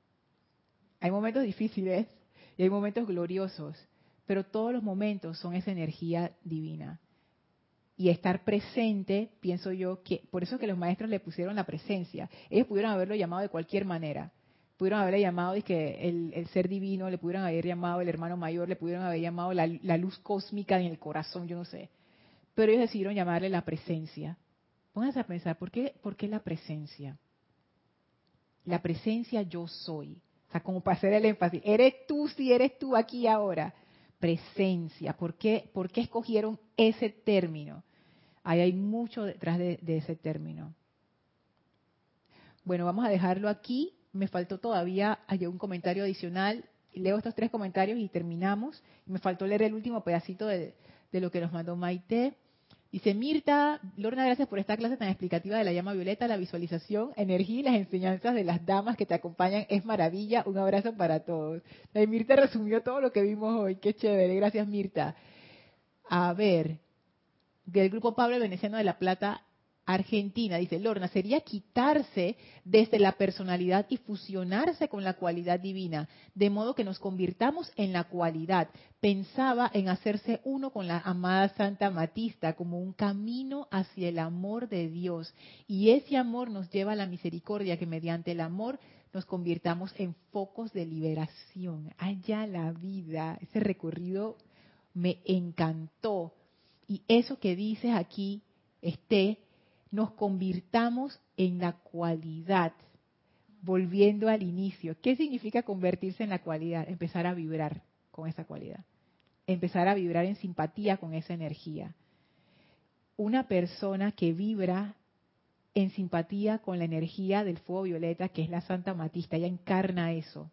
A: Hay momentos difíciles y hay momentos gloriosos, pero todos los momentos son esa energía divina. Y estar presente, pienso yo, que por eso que los maestros le pusieron la presencia. Ellos pudieron haberlo llamado de cualquier manera. Pudieron haberle llamado dizque, el, el ser divino, le pudieron haber llamado el hermano mayor, le pudieron haber llamado la, la luz cósmica en el corazón, yo no sé. Pero ellos decidieron llamarle la presencia. Pónganse a pensar, ¿por qué, por qué la presencia? La presencia yo soy. O sea, como para hacer el énfasis. Eres tú, si eres tú aquí y ahora. Presencia. ¿Por qué, por qué escogieron ese término? Ahí hay mucho detrás de, de ese término. Bueno, vamos a dejarlo aquí. Me faltó todavía, hay un comentario adicional. Leo estos tres comentarios y terminamos. Me faltó leer el último pedacito de, de lo que nos mandó Maite. Dice Mirta, Lorna, gracias por esta clase tan explicativa de la llama violeta, la visualización, energía y las enseñanzas de las damas que te acompañan. Es maravilla. Un abrazo para todos. La Mirta resumió todo lo que vimos hoy. Qué chévere. Gracias, Mirta. A ver, del grupo Pablo Veneciano de La Plata, Argentina, dice Lorna, sería quitarse desde la personalidad y fusionarse con la cualidad divina, de modo que nos convirtamos en la cualidad. Pensaba en hacerse uno con la amada Santa Matista como un camino hacia el amor de Dios. Y ese amor nos lleva a la misericordia, que mediante el amor nos convirtamos en focos de liberación. Allá la vida, ese recorrido me encantó. Y eso que dices aquí, esté, nos convirtamos en la cualidad, volviendo al inicio. ¿Qué significa convertirse en la cualidad? Empezar a vibrar con esa cualidad, empezar a vibrar en simpatía con esa energía. Una persona que vibra en simpatía con la energía del fuego violeta, que es la Santa Matista, ella encarna eso.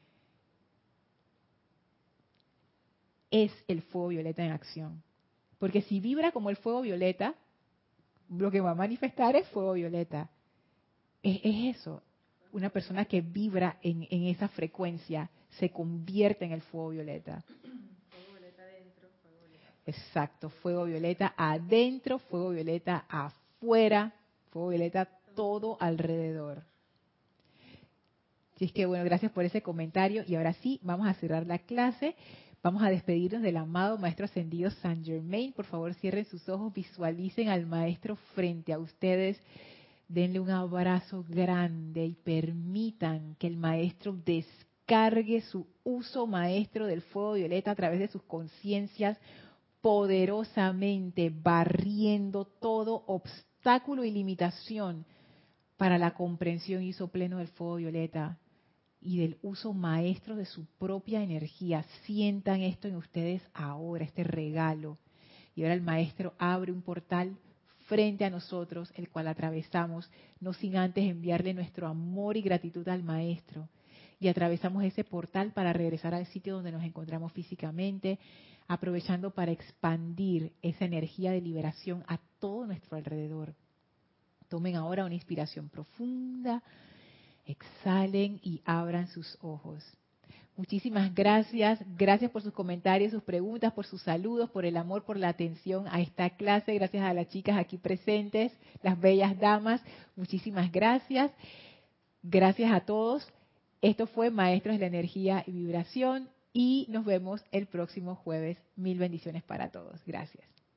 A: Es el fuego violeta en acción. Porque si vibra como el fuego violeta, lo que va a manifestar es fuego violeta. Es, es eso. Una persona que vibra en, en esa frecuencia se convierte en el fuego violeta.
B: Fuego violeta adentro, fuego violeta.
A: Exacto, fuego violeta adentro, fuego violeta afuera, fuego violeta todo alrededor. Así es que bueno, gracias por ese comentario y ahora sí, vamos a cerrar la clase. Vamos a despedirnos del amado Maestro Ascendido Saint Germain. Por favor, cierren sus ojos, visualicen al Maestro frente a ustedes. Denle un abrazo grande y permitan que el Maestro descargue su uso maestro del fuego violeta a través de sus conciencias poderosamente, barriendo todo obstáculo y limitación para la comprensión y uso pleno del fuego violeta y del uso maestro de su propia energía. Sientan esto en ustedes ahora, este regalo. Y ahora el Maestro abre un portal frente a nosotros, el cual atravesamos, no sin antes enviarle nuestro amor y gratitud al Maestro. Y atravesamos ese portal para regresar al sitio donde nos encontramos físicamente, aprovechando para expandir esa energía de liberación a todo nuestro alrededor. Tomen ahora una inspiración profunda. Exhalen y abran sus ojos. Muchísimas gracias. Gracias por sus comentarios, sus preguntas, por sus saludos, por el amor, por la atención a esta clase. Gracias a las chicas aquí presentes, las bellas damas. Muchísimas gracias. Gracias a todos. Esto fue Maestros de la Energía y Vibración y nos vemos el próximo jueves. Mil bendiciones para todos. Gracias.